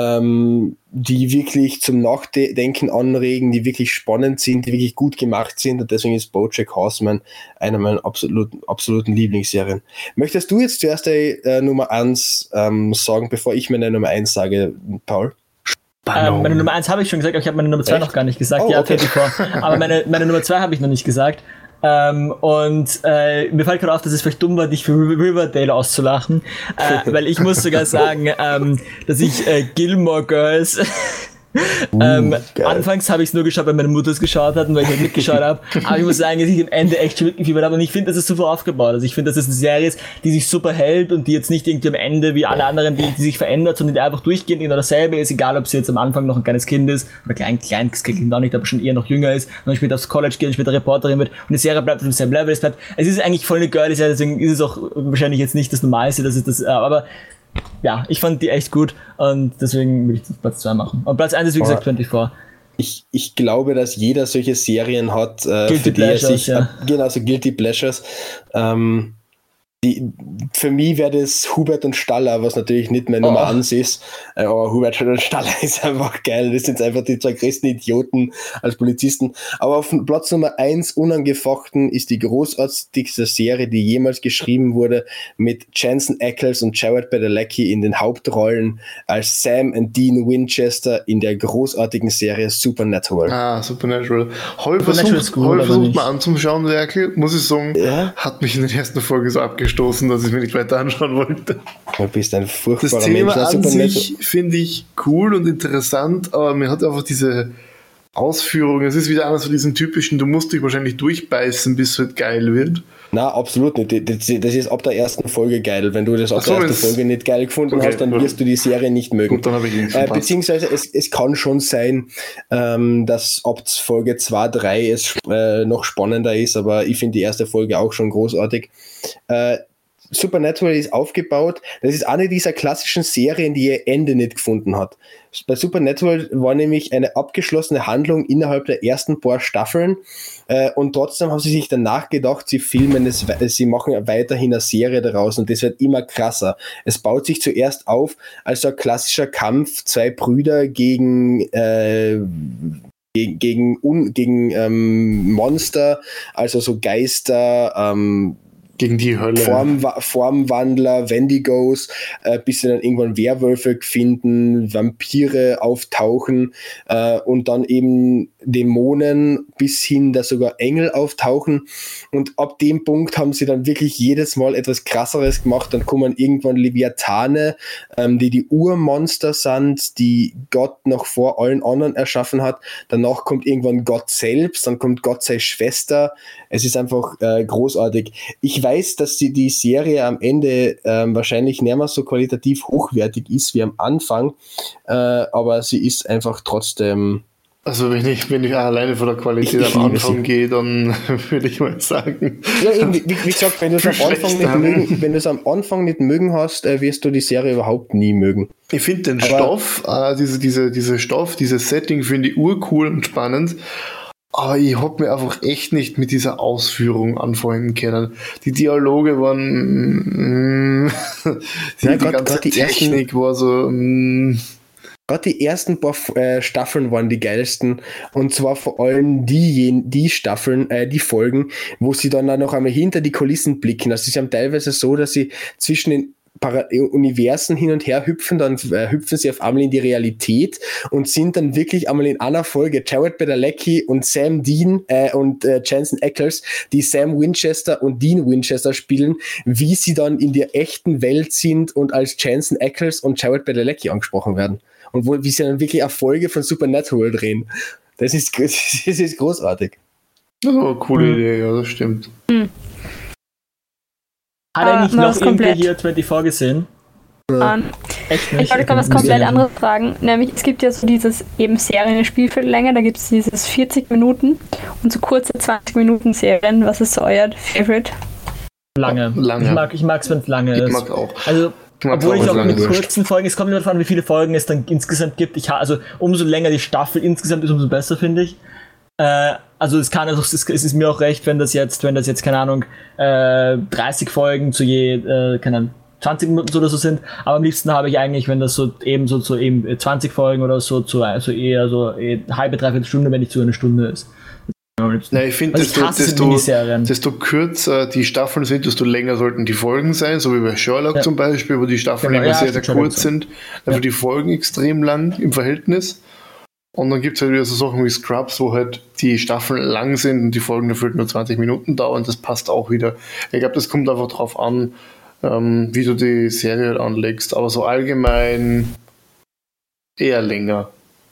ähm, die wirklich zum Nachdenken anregen, die wirklich spannend sind, die wirklich gut gemacht sind, und deswegen ist BoJack Horseman einer meiner absoluten, absoluten Lieblingsserien. Möchtest du jetzt zuerst die äh, Nummer eins ähm, sagen, bevor ich meine Nummer eins sage, Paul? Ähm, meine Nummer eins habe ich schon gesagt, aber ich habe meine Nummer zwei noch gar nicht gesagt. Oh, ja, okay. Aber meine, meine Nummer zwei habe ich noch nicht gesagt. Ähm, und äh, mir fällt gerade auf, dass es vielleicht dumm war, dich für Riverdale auszulachen. Äh, weil ich muss sogar sagen, ähm, dass ich äh, Gilmore Girls... Uh, ähm, anfangs habe ich es nur geschaut, weil meine Mutter es geschaut hat und weil ich halt mitgeschaut habe. Aber ich muss sagen, dass ich am Ende echt schon mitgefiebert habe, und ich finde, das ist super aufgebaut. Also ich finde, dass es eine Serie ist, die sich super hält und die jetzt nicht irgendwie am Ende wie alle anderen, die, die sich verändert, sondern die einfach durchgehend immer dasselbe ist, egal ob sie jetzt am Anfang noch ein kleines Kind ist oder klein, klein, das Kind auch nicht, aber schon eher noch jünger ist, und dann später aufs College geht und später Reporterin wird, und die Serie bleibt auf demselben Level. Es bleibt, es ist eigentlich voll eine Girlie-Serie, deswegen ist es auch wahrscheinlich jetzt nicht das Normalste, dass es das, aber ja, ich fand die echt gut, und deswegen will ich das Platz zwei machen. Und Platz eins ist wie gesagt vierundzwanzig. Ich, ich glaube, dass jeder solche Serien hat, äh, Guilty für die er sich, ja. äh, genau, so Guilty Pleasures. Ähm, die, für mich wäre das Hubert und Staller, was natürlich nicht meine Nummer eins ist, äh, aber Hubert und Staller ist einfach geil. Das sind einfach die zwei größten Idioten als Polizisten. Aber auf Platz Nummer eins, unangefochten, ist die großartigste Serie, die jemals geschrieben wurde, mit Jensen Ackles und Jared Padalecki in den Hauptrollen als Sam und Dean Winchester in der großartigen Serie Supernatural. Ah, Supernatural. Heute versucht, heute versucht man anzuschauen, Werkel, muss ich sagen, ja? Hat mich in der ersten Folge so abgestoßen, dass ich mir nicht weiter anschauen wollte. Du bist ein furchtbarer Das Thema Mensch. an sich finde ich cool und interessant, aber mir hat einfach diese Ausführung, es ist wieder einer von diesen typischen, du musst dich wahrscheinlich durchbeißen, bis es halt geil wird. Na, absolut nicht. Das ist ab der ersten Folge geil. Wenn du das ab so, der ersten Folge nicht geil gefunden okay, hast, dann ja. wirst du die Serie nicht mögen. Gut, dann habe ich ihn äh, beziehungsweise es, es kann schon sein, ähm, dass ab Folge zwei, drei es äh, noch spannender ist, aber ich finde die erste Folge auch schon großartig. Äh, Supernatural ist aufgebaut, das ist eine dieser klassischen Serien, die ihr Ende nicht gefunden hat. Bei Supernatural war nämlich eine abgeschlossene Handlung innerhalb der ersten paar Staffeln, äh, und trotzdem haben sie sich danach gedacht, sie filmen es, sie machen weiterhin eine Serie daraus, und das wird immer krasser. Es baut sich zuerst auf als so ein klassischer Kampf, zwei Brüder gegen äh, gegen, gegen, un, gegen ähm, Monster, also so Geister, ähm, gegen die Hölle. Form, Formwandler, Wendigos, äh, bis sie dann irgendwann Werwölfe finden, Vampire auftauchen äh, und dann eben Dämonen bis hin, dass sogar Engel auftauchen. Und ab dem Punkt haben sie dann wirklich jedes Mal etwas Krasseres gemacht. Dann kommen irgendwann Leviathane, ähm, die die Urmonster sind, die Gott noch vor allen anderen erschaffen hat. Danach kommt irgendwann Gott selbst, dann kommt Gott seine Schwester. Es ist einfach äh, großartig. Ich weiß, dass die, die Serie am Ende ähm, wahrscheinlich nicht mehr so qualitativ hochwertig ist wie am Anfang, äh, aber sie ist einfach trotzdem... Also wenn ich, wenn ich alleine von der Qualität ich, ich am Anfang gehe, dann würde ich mal sagen... Ja, eben, wie, wie gesagt, wenn du es am Anfang nicht mögen, wenn du es am Anfang nicht mögen hast, äh, wirst du die Serie überhaupt nie mögen. Ich finde den aber Stoff, äh, diese, diese, diese Stoff, dieses Setting finde ich urcool und spannend. Aber ich hab mir einfach echt nicht mit dieser Ausführung anfreunden können. Die Dialoge waren... Mm, die, ja, die grad, ganze grad die Technik ersten, war so... Mm, Gerade die ersten paar äh, Staffeln waren die geilsten. Und zwar vor allem die, die Staffeln, äh, die Folgen, wo sie dann auch noch einmal hinter die Kulissen blicken. Also es ist ja teilweise so, dass sie zwischen den Para- Universen hin und her hüpfen, dann äh, hüpfen sie auf einmal in die Realität und sind dann wirklich einmal in einer Folge Jared Padalecki und Sam Dean äh, und äh, Jensen Ackles, die Sam Winchester und Dean Winchester spielen, wie sie dann in der echten Welt sind und als Jensen Ackles und Jared Padalecki angesprochen werden. Und wo, wie sie dann wirklich eine Folge von Supernatural drehen. Das ist, das ist großartig. Das ist eine coole mhm. Idee, ja, das stimmt. Mhm. Hat eigentlich uh, noch irgendwer hier vierundzwanzig gesehen? Ja. Echt nicht? Ich wollte gerade was komplett anderes fragen. Nämlich, es gibt ja so dieses eben Serien in Spielviertellänge, da gibt es dieses vierzig Minuten und so kurze zwanzig Minuten Serien. Was ist so euer Favorite? Lange. lange. Ich mag, ich mag es, wenn es lange ist. Ich mag auch. Also, obwohl ich auch mit kurzen Folgen, es kommt immer davon an, wie viele Folgen es dann insgesamt gibt. Ich ha- also umso länger die Staffel insgesamt ist, umso besser, finde ich. Äh, also es kann also es ist, es ist mir auch recht, wenn das jetzt, wenn das jetzt, keine Ahnung, äh, dreißig Folgen zu je, äh, keine Ahnung, zwanzig Minuten oder so sind, aber am liebsten habe ich eigentlich, wenn das so eben so zu eben zwanzig Folgen oder so zu also eher so eh, halbe, dreiviertel Stunde, wenn nicht zu einer Stunde ist. Na, ich finde, desto, desto, desto kürzer die Staffeln sind, desto länger sollten die Folgen sein, so wie bei Sherlock ja. zum Beispiel, wo die Staffeln genau, immer ja, sehr, sehr kurz sind, dafür ja. die Folgen extrem lang im Verhältnis. Und dann gibt es halt wieder so Sachen wie Scrubs, wo halt die Staffeln lang sind und die Folgen dafür nur zwanzig Minuten dauern, das passt auch wieder. Ich glaube, das kommt einfach drauf an, ähm, wie du die Serie halt anlegst, aber so allgemein eher länger.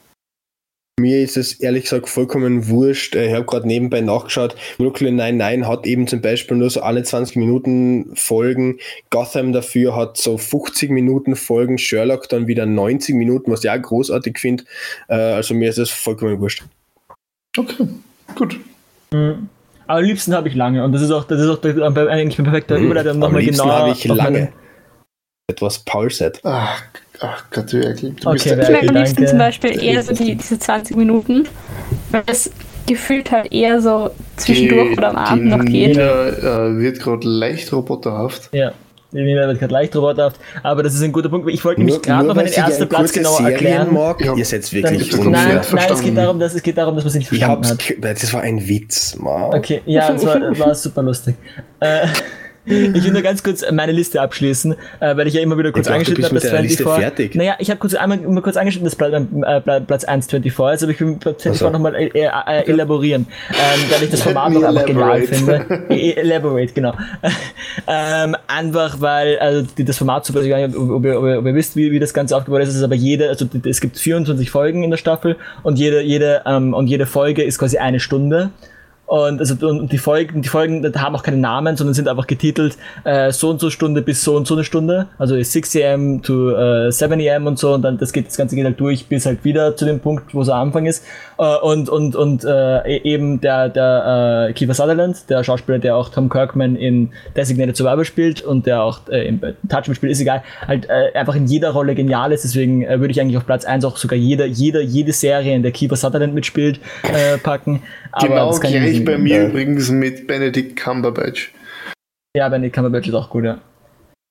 Mir ist es ehrlich gesagt vollkommen wurscht. Ich habe gerade nebenbei nachgeschaut. Brooklyn Nine-Nine hat eben zum Beispiel nur so alle zwanzig Minuten Folgen. Gotham dafür hat so fünfzig Minuten Folgen. Sherlock dann wieder neunzig Minuten, was ich auch großartig finde. Also mir ist es vollkommen wurscht. Okay, gut. Mhm. Aber am liebsten habe ich lange. Und das ist auch, das ist auch der, eigentlich ein perfekter mhm. Überleitung. Am liebsten habe ich lange. Etwas Paul sagt. Ach, ach Gott, du okay, bist Ich mag am liebsten zum Beispiel eher so die, diese zwanzig Minuten, weil es gefühlt halt eher so zwischendurch die, oder am Abend noch geht. Nina äh, wird gerade leicht roboterhaft. Ja, die Nina wird gerade leicht roboterhaft, aber das ist ein guter Punkt. Ich wollte nämlich gerade noch meinen ersten Platz genauer erklären. Mag, ja, ihr seid wirklich dann, nein, nein, es geht darum, dass es geht darum, dass man sie nicht verstanden hat. Das war ein Witz, Mann. Okay, ja, das war, war super lustig. Äh, Ich will nur ganz kurz meine Liste abschließen, äh, weil ich ja immer wieder kurz angeschnitten habe, dass zweiundzwanzig. Naja, ich habe kurz einmal immer kurz angeschnitten, dass Platz, äh, Platz eins zweiundzwanzig ist, aber ich will Platz zweiundzwanzig also. nochmal äh, äh, elaborieren, ähm, weil ich das Format noch einfach genial finde. Elaborate, genau. ähm, einfach weil, also das Format super, ich weiß nicht, ob ihr, ob ihr, ob ihr wisst, wie, wie das Ganze aufgebaut ist, ist aber jede, also es gibt vierundzwanzig Folgen in der Staffel und jede, jede, ähm, und jede Folge ist quasi eine Stunde. Und also und die Folgen, die Folgen haben auch keine Namen, sondern sind einfach getitelt äh, so und so Stunde bis so und so eine Stunde, also six a.m. to äh, seven a.m. und so, und dann das geht das Ganze geht halt durch bis halt wieder zu dem Punkt, wo es am Anfang ist. Äh, und und und äh, eben der der äh, Kiefer Sutherland, der Schauspieler, der auch Tom Kirkman in Designated Survivor spielt und der auch äh, im Touch spielt, ist egal, halt äh, einfach in jeder Rolle genial ist. Deswegen äh, würde ich eigentlich auf Platz eins auch sogar jede jede jede Serie, in der Kiefer Sutherland mitspielt, äh, packen. Aber genau, das kann ich bei mir ja. übrigens mit Benedict Cumberbatch. Ja, Benedict Cumberbatch ist auch gut, ja.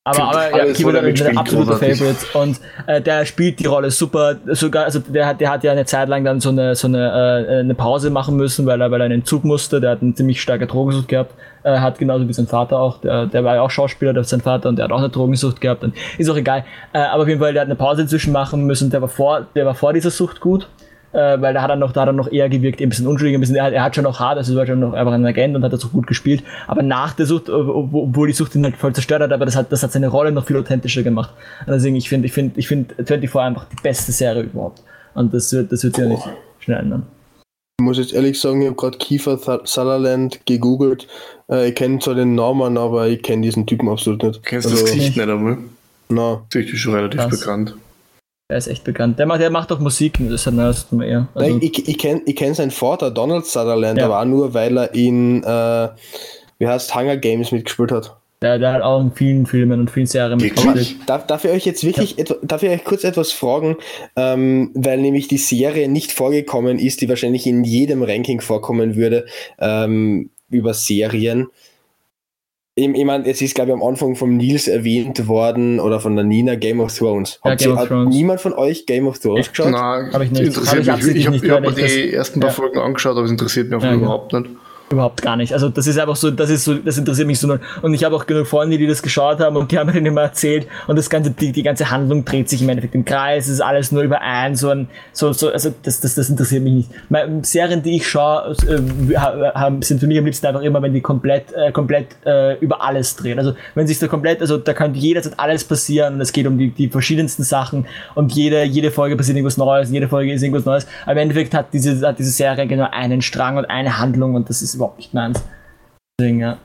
Aber, aber ja, Keyboard ist ein absoluter Favorite und äh, der spielt die Rolle super. Sogar, also der hat, der hat ja eine Zeit lang dann so eine so eine äh, eine Pause machen müssen, weil er weil er in den Zug musste. Der hat eine ziemlich starke Drogensucht gehabt. Äh, hat genauso wie sein Vater auch. Der, der war ja auch Schauspieler, der sein Vater und der hat auch eine Drogensucht gehabt. Und ist auch egal. Äh, aber auf jeden Fall, der hat eine Pause inzwischen machen müssen. Der war vor, der war vor dieser Sucht gut. Äh, weil da hat er noch, da hat er noch eher gewirkt, ein bisschen unschuldig, ein bisschen, er, er hat schon noch hart, also er war schon noch einfach ein Agent und hat das auch gut gespielt, aber nach der Sucht, obwohl die Sucht ihn halt voll zerstört hat, aber das hat, das hat seine Rolle noch viel authentischer gemacht. Deswegen, ich finde, ich finde, ich finde vierundzwanzig einfach die beste Serie überhaupt. Und das wird, das wird sich ja nicht schnell ändern. Ich muss jetzt ehrlich sagen, ich habe gerade Kiefer Sutherland gegoogelt. Äh, ich kenne zwar den Namen, aber ich kenne diesen Typen absolut nicht. Kennst du also, das Gesicht nicht einmal? Nein. Das ist schon relativ Was? bekannt. Der ist echt bekannt. Der macht, der macht auch Musik, das ist halt das eher. Also Nein, ich ich kenne ich kenn seinen Vater, Donald Sutherland, ja. aber auch nur, weil er in, äh, wie heißt, Hunger Games mitgespielt hat. Der, der hat auch in vielen Filmen und vielen Serien mitgespielt. Darf, darf ich euch jetzt wirklich, ja. etwa, darf ich euch kurz etwas fragen, ähm, weil nämlich die Serie nicht vorgekommen ist, die wahrscheinlich in jedem Ranking vorkommen würde, ähm, über Serien. Ich, ich meine, es ist, glaube ich, am Anfang von Nils erwähnt worden oder von der Nina, Game of Thrones. Ja, Hat, Game sie, of Thrones. hat niemand von euch Game of Thrones geschaut? Nein, habe ich nicht. Interessiert hab ich mich. Ich habe hab, hab mir die das, ersten paar ja. Folgen angeschaut, aber es interessiert mich einfach ja, überhaupt nicht. Überhaupt gar nicht. Also das ist einfach so, das ist so, das interessiert mich so null. Und ich habe auch genug Freunde, die das geschaut haben und die haben mir dann immer erzählt und das ganze, die, die ganze Handlung dreht sich im Endeffekt im Kreis, es ist alles nur über ein, so ein, so, so, also das, das, das interessiert mich nicht. Meine Serien, die ich schaue, äh, haben, sind für mich am liebsten einfach immer, wenn die komplett, äh, komplett äh, über alles drehen. Also wenn sich da komplett, also da kann jederzeit alles passieren und es geht um die, die verschiedensten Sachen und jede, jede Folge passiert irgendwas Neues, jede Folge ist irgendwas Neues. Aber im Endeffekt hat diese, hat diese Serie genau einen Strang und eine Handlung und das ist überhaupt nicht meins. Deswegen, ja.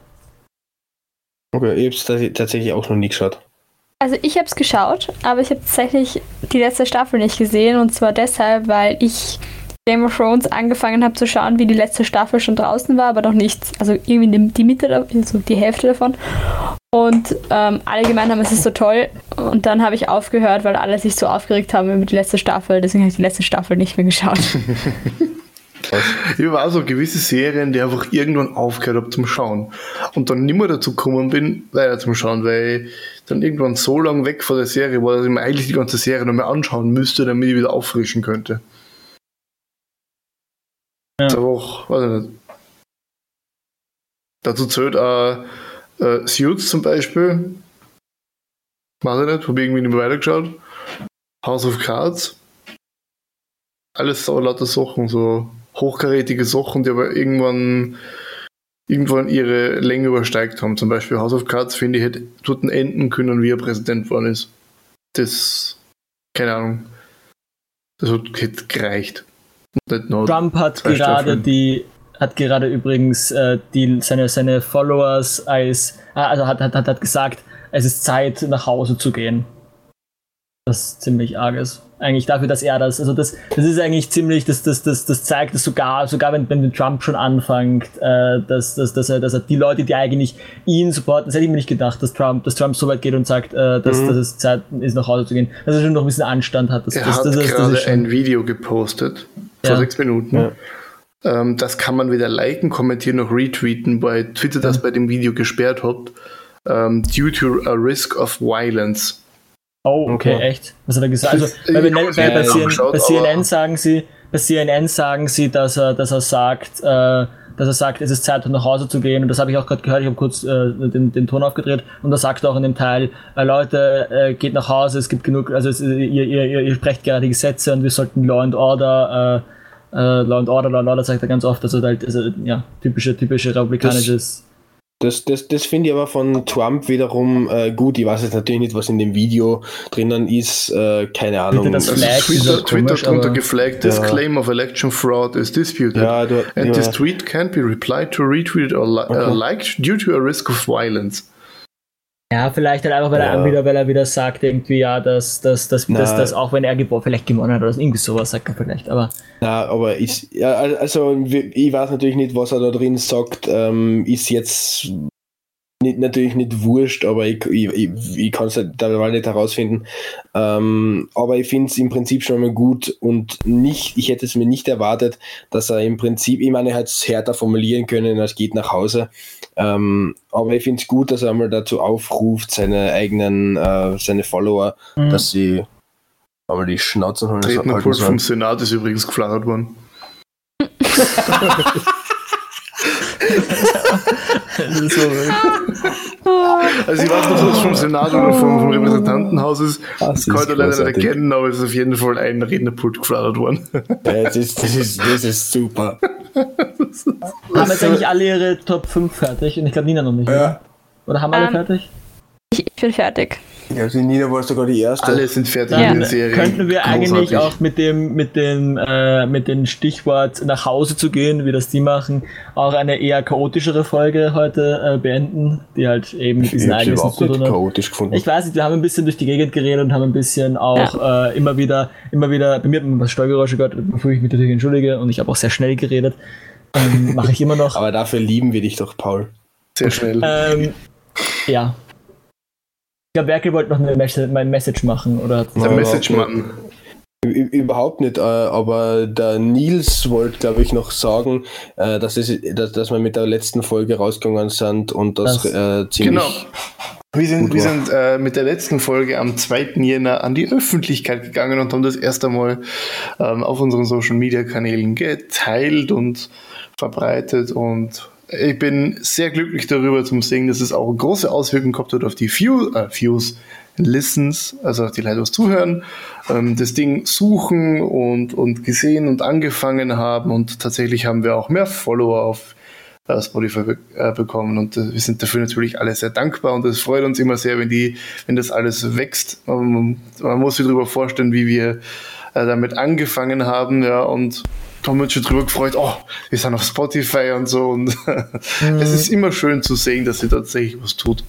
Okay, ich hab's tatsächlich auch noch nie geschaut. Also ich hab's geschaut, aber ich habe tatsächlich die letzte Staffel nicht gesehen und zwar deshalb, weil ich Game of Thrones angefangen habe zu schauen, wie die letzte Staffel schon draußen war, aber noch nichts, also irgendwie die Mitte, also die Hälfte davon. Und ähm, alle gemeint haben, es ist so toll und dann habe ich aufgehört, weil alle sich so aufgeregt haben über die letzte Staffel, deswegen habe ich die letzte Staffel nicht mehr geschaut. Ich habe auch so gewisse Serien, die einfach irgendwann aufgehört habe zum Schauen und dann nicht mehr dazu gekommen bin, weiter zum Schauen, weil ich dann irgendwann so lange weg von der Serie war, dass ich mir eigentlich die ganze Serie noch mehr anschauen müsste, damit ich wieder auffrischen könnte. Ja. Das ist auch, weiß ich nicht. Dazu zählt auch äh, Suits zum Beispiel. Weiß ich nicht, habe ich irgendwie nicht mehr weitergeschaut. House of Cards. Alles so lauter Sachen, so hochkarätige Sachen, die aber irgendwann irgendwann ihre Länge übersteigt haben. Zum Beispiel House of Cards, finde ich, hätte dort enden können, wie er Präsident geworden ist. Das, keine Ahnung, das hätte gereicht. Trump hat gerade die, hat gerade übrigens äh, die, seine, seine Followers als, also hat, hat, hat gesagt, es ist Zeit, nach Hause zu gehen. Was ziemlich arg ist. Eigentlich dafür, dass er das, also das, das ist eigentlich ziemlich, das, das, das, das zeigt, dass sogar, sogar wenn, wenn Trump schon anfängt, äh, dass, dass, dass, er, dass er die Leute, die eigentlich ihn supporten, das hätte ich mir nicht gedacht, dass Trump, dass Trump so weit geht und sagt, äh, dass, mhm. dass es Zeit ist, nach Hause zu gehen, dass er schon noch ein bisschen Anstand hat. Das, er das, hat das, das, gerade das ein Video gepostet, vor ja. sechs Minuten. Ja. Ähm, das kann man wieder liken, kommentieren, noch retweeten, weil Twitter das ja. bei dem Video gesperrt hat. Um, due to a risk of violence. Oh, okay, okay, echt? Was hat er gesagt? Also, weil wir, bei, bei, C N N, bei C N N sagen sie, bei C N N sagen sie, dass er, dass er sagt, äh, dass er sagt, es ist Zeit, nach Hause zu gehen. Und das habe ich auch gerade gehört. Ich habe kurz äh, den, den Ton aufgedreht. Und er sagt auch in dem Teil, äh, Leute, äh, geht nach Hause. Es gibt genug, also es, ihr, ihr, ihr, ihr sprecht gerade die Gesetze und wir sollten Law and Order, äh, äh, Law and Order, Law and Order sagt er ganz oft. Also halt, also, ja, typische, typische republikanisches. Das, das, das finde ich aber von Trump wiederum äh, gut. Ich weiß jetzt natürlich nicht, was in dem Video drinnen ist. Äh, keine Ahnung. Das also Twitter, Twitter drunter geflaggt. This ja. claim of election fraud is disputed. Ja, du, and ja. this tweet can't be replied to, retweeted or li- okay. uh, liked due to a risk of violence. Ja, vielleicht halt einfach, weil ja. er wieder, weil er wieder sagt, irgendwie, ja, dass, dass, dass, dass, dass auch wenn er gebo- vielleicht gewonnen hat oder irgendwie sowas, sagt er vielleicht, aber. Na, aber ist, ja, also, ich weiß natürlich nicht, was er da drin sagt, ähm, ist jetzt nicht, natürlich nicht wurscht, aber ich, ich, ich, ich kann es halt da nicht herausfinden. Ähm, aber ich finde es im Prinzip schon mal gut und nicht, ich hätte es mir nicht erwartet, dass er im Prinzip, ich meine, er hat es härter formulieren können, als geht nach Hause. Ähm, aber ich finde es gut, dass er einmal dazu aufruft, seine eigenen, äh, seine Follower, mhm. dass sie einmal die Schnauze holen. Rednerpult vom Senat ist übrigens geflattert worden. Das ist so also ich weiß nicht, ob das vom Senat oder vom, vom Repräsentantenhaus ist. Das, das kann ich leider nicht erkennen, aber es ist auf jeden Fall ein Rednerpult geflattert worden. Ja, das, ist, das, ist, das ist super. Das ist haben jetzt eigentlich alle ihre Top fünf fertig? Und ich glaube Nina noch nicht. Ja. Oder, oder haben alle um, fertig? Ich, ich bin fertig. Ja, also Nina war sogar die erste. Alle sind fertig ja. in den Serien. Könnten wir Großartig. eigentlich auch mit dem, mit dem, äh, mit dem Stichwort nach Hause zu gehen, wie das die machen, auch eine eher chaotischere Folge heute äh, beenden, die halt eben mit diesen Ereignissen zu tun hat. Chaotisch gefunden. Ich weiß nicht, wir haben ein bisschen durch die Gegend geredet und haben ein bisschen auch ja. äh, immer wieder, immer wieder, bei mir hat man was Steuergeräusche gehört, bevor ich mich natürlich entschuldige, und ich habe auch sehr schnell geredet. Ähm, Mache ich immer noch. Aber dafür lieben wir dich doch, Paul. Sehr schnell. Ähm, ja. Ich glaube, Werkel wollte noch eine Message, mein Message machen, oder? Der Message machen. Überhaupt nicht, aber der Nils wollte, glaube ich, noch sagen, dass, es, dass, dass wir mit der letzten Folge rausgegangen sind und das, das äh, ziemlich... Genau. Wir sind, wir sind äh, mit der letzten Folge am zweiten Jänner an die Öffentlichkeit gegangen und haben das erst einmal ähm, auf unseren Social-Media-Kanälen geteilt und verbreitet, und ich bin sehr glücklich darüber zu sehen, dass es auch große Auswirkungen gehabt hat auf die View, äh, Views, Listens, also die Leute, was zuhören, ähm, das Ding suchen und, und gesehen und angefangen haben, und tatsächlich haben wir auch mehr Follower auf äh, Spotify be- äh, bekommen, und äh, wir sind dafür natürlich alle sehr dankbar, und es freut uns immer sehr, wenn die, wenn das alles wächst. Ähm, man muss sich darüber vorstellen, wie wir äh, damit angefangen haben, ja, und haben uns schon drüber gefreut, oh, wir sind auf Spotify und so, und mhm. es ist immer schön zu sehen, dass sie tatsächlich was tut.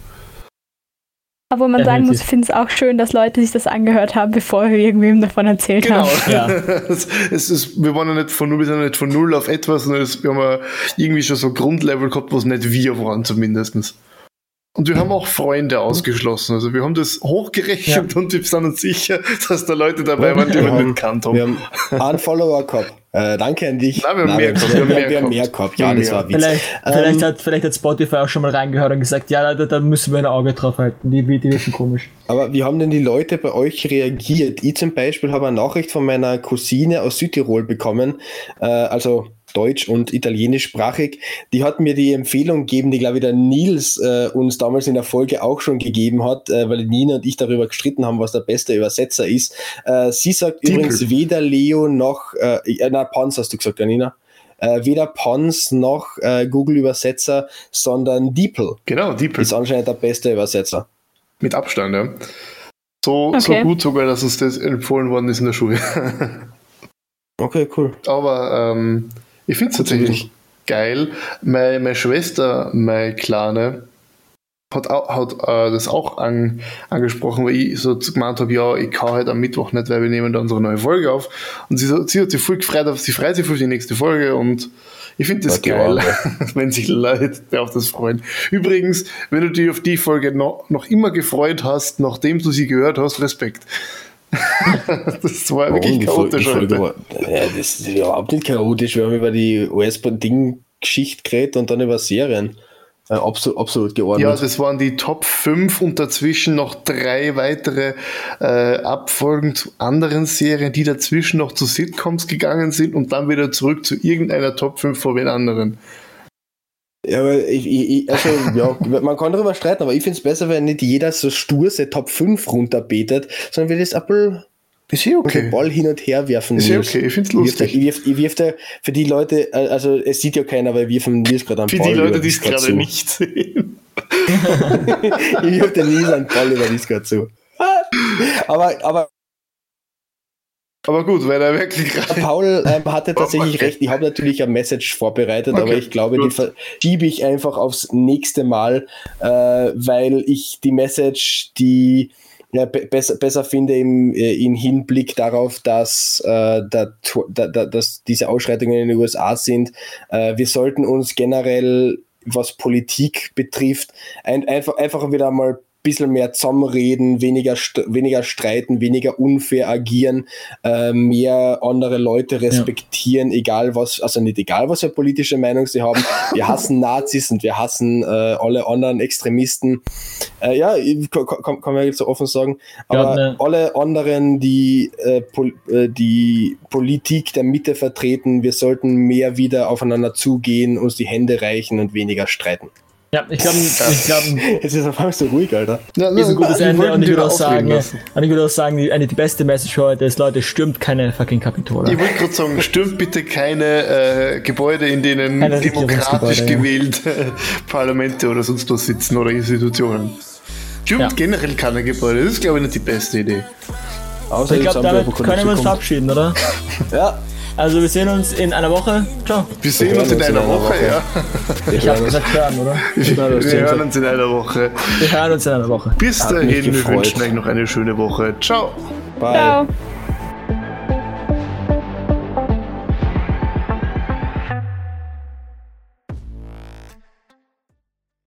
Aber man sagen muss, ich finde es auch schön, dass Leute sich das angehört haben, bevor wir irgendwem davon erzählt genau. haben. Ja. es, es ist, wir waren ja nicht von null, wir sind ja nicht von null auf etwas, sondern es, wir haben ja irgendwie schon so Grundlevel gehabt, was nicht wir waren zumindest. Und wir haben auch Freunde ausgeschlossen. Also wir haben das hochgerechnet, ja. und wir sind uns sicher, dass da Leute dabei waren, die wir, wir haben, nicht gekannt haben. Wir haben einen Follower gehabt. Äh, danke an dich. Nein, wir haben Nein, mehr gehabt. Wir haben mehr, wir haben mehr gehabt. Ja, das war Witz. Vielleicht, ähm, vielleicht, hat, vielleicht hat Spotify auch schon mal reingehört und gesagt, ja, da, da müssen wir ein Auge drauf halten. Die, die wirken komisch. Aber wie haben denn die Leute bei euch reagiert? Ich zum Beispiel habe eine Nachricht von meiner Cousine aus Südtirol bekommen, äh, also deutsch- und italienischsprachig. Die hat mir die Empfehlung gegeben, die, glaube ich, der Nils äh, uns damals in der Folge auch schon gegeben hat, äh, weil Nina und ich darüber gestritten haben, was der beste Übersetzer ist. Äh, sie sagt Diepel. Übrigens weder Leo noch, äh, äh, na, Pons hast du gesagt, ja, Nina? Äh, weder Pons noch äh, Google-Übersetzer, sondern Diepel. Genau, Diepel. Ist anscheinend der beste Übersetzer. Mit Abstand, ja. So, okay. so gut sogar, dass uns das empfohlen worden ist in der Schule. Okay, cool. Aber ähm, ich finde es tatsächlich geil. Meine, meine Schwester, meine Kleine, hat, hat äh, das auch an, angesprochen, weil ich so gemeint habe, ja, ich kann halt am Mittwoch nicht, weil wir nehmen da unsere neue Folge auf. Und sie, sie hat sich voll gefreut auf, sie freut sich für die nächste Folge, und ich finde das okay, geil, wenn sich Leute auf das freuen. Übrigens, wenn du dich auf die Folge noch, noch immer gefreut hast, nachdem du sie gehört hast, Respekt. Das war Warum? wirklich chaotisch. Die Folge war, ja, das ist überhaupt nicht chaotisch. Wir haben über die U S-Ding-Geschichte geredet und dann über Serien. Äh, absolut, absolut geordnet. Ja, das waren die Top fünf und dazwischen noch drei weitere äh, Abfolgen zu anderen Serien, die dazwischen noch zu Sitcoms gegangen sind und dann wieder zurück zu irgendeiner Top fünf von den anderen. Ja, aber ich, ich, also, ja, man kann darüber streiten, aber ich finde es besser, wenn nicht jeder so stur seine Top fünf runterbetet, sondern wir das Apple ist eh okay. den Ball hin und her werfen. Ist eh okay, ich finde es lustig. Ich wirf, ich wirf da für die Leute, also es sieht ja keiner, weil wir von Nils gerade einen Ball Ball über Für die Leute, die es gerade nicht sehen. Ich wirf den Nils einen Ball über Discord zu. Aber, aber Aber gut, weil er wirklich gerade... Paul ähm, hatte tatsächlich okay. recht. Ich habe natürlich ein Message vorbereitet, okay. aber ich glaube, gut. die verschiebe ich einfach aufs nächste Mal, äh, weil ich die Message, die ja, be- besser, besser finde im, äh, im Hinblick darauf, dass, äh, da, da, dass diese Ausschreitungen in den U S A sind. Äh, wir sollten uns generell was Politik betrifft, ein, einfach, einfach wieder mal bisschen mehr zusammenreden, weniger, weniger streiten, weniger unfair agieren, äh, mehr andere Leute respektieren, ja. egal was, also nicht egal, was für politische Meinung sie haben. Wir hassen Nazis und wir hassen äh, alle anderen Extremisten. Äh, ja, kann, kann, kann man jetzt so offen sagen. Aber ja, ne. alle anderen, die äh, pol, äh, die Politik der Mitte vertreten, wir sollten mehr wieder aufeinander zugehen, uns die Hände reichen und weniger streiten. Ja, ich glaube, ich glaube, jetzt ist einfach so ruhig, Alter. Ja, ist ein gutes Ende und ich würde auch sagen, und ich würde auch sagen, die, eine, die beste Message heute ist, Leute, stürmt keine fucking Kapitole. Ich wollte gerade sagen, stürmt bitte keine äh, Gebäude, in denen keine demokratisch gewählte ja. Parlamente oder sonst was sitzen oder Institutionen. Stürmt ja. generell keine Gebäude, das ist glaube ich nicht die beste Idee. Außer ich glaube, damit können wir uns verabschieden, oder? Ja. Also wir sehen uns in einer Woche. Ciao. Wir sehen wir uns in, in einer, einer Woche, Woche, ja. Ich habe gesagt hören, oder? Wir, wir hören uns in einer Woche. Wir hören uns in einer Woche. Bis dahin, wir wünschen euch noch eine schöne Woche. Ciao. Bye. Ciao.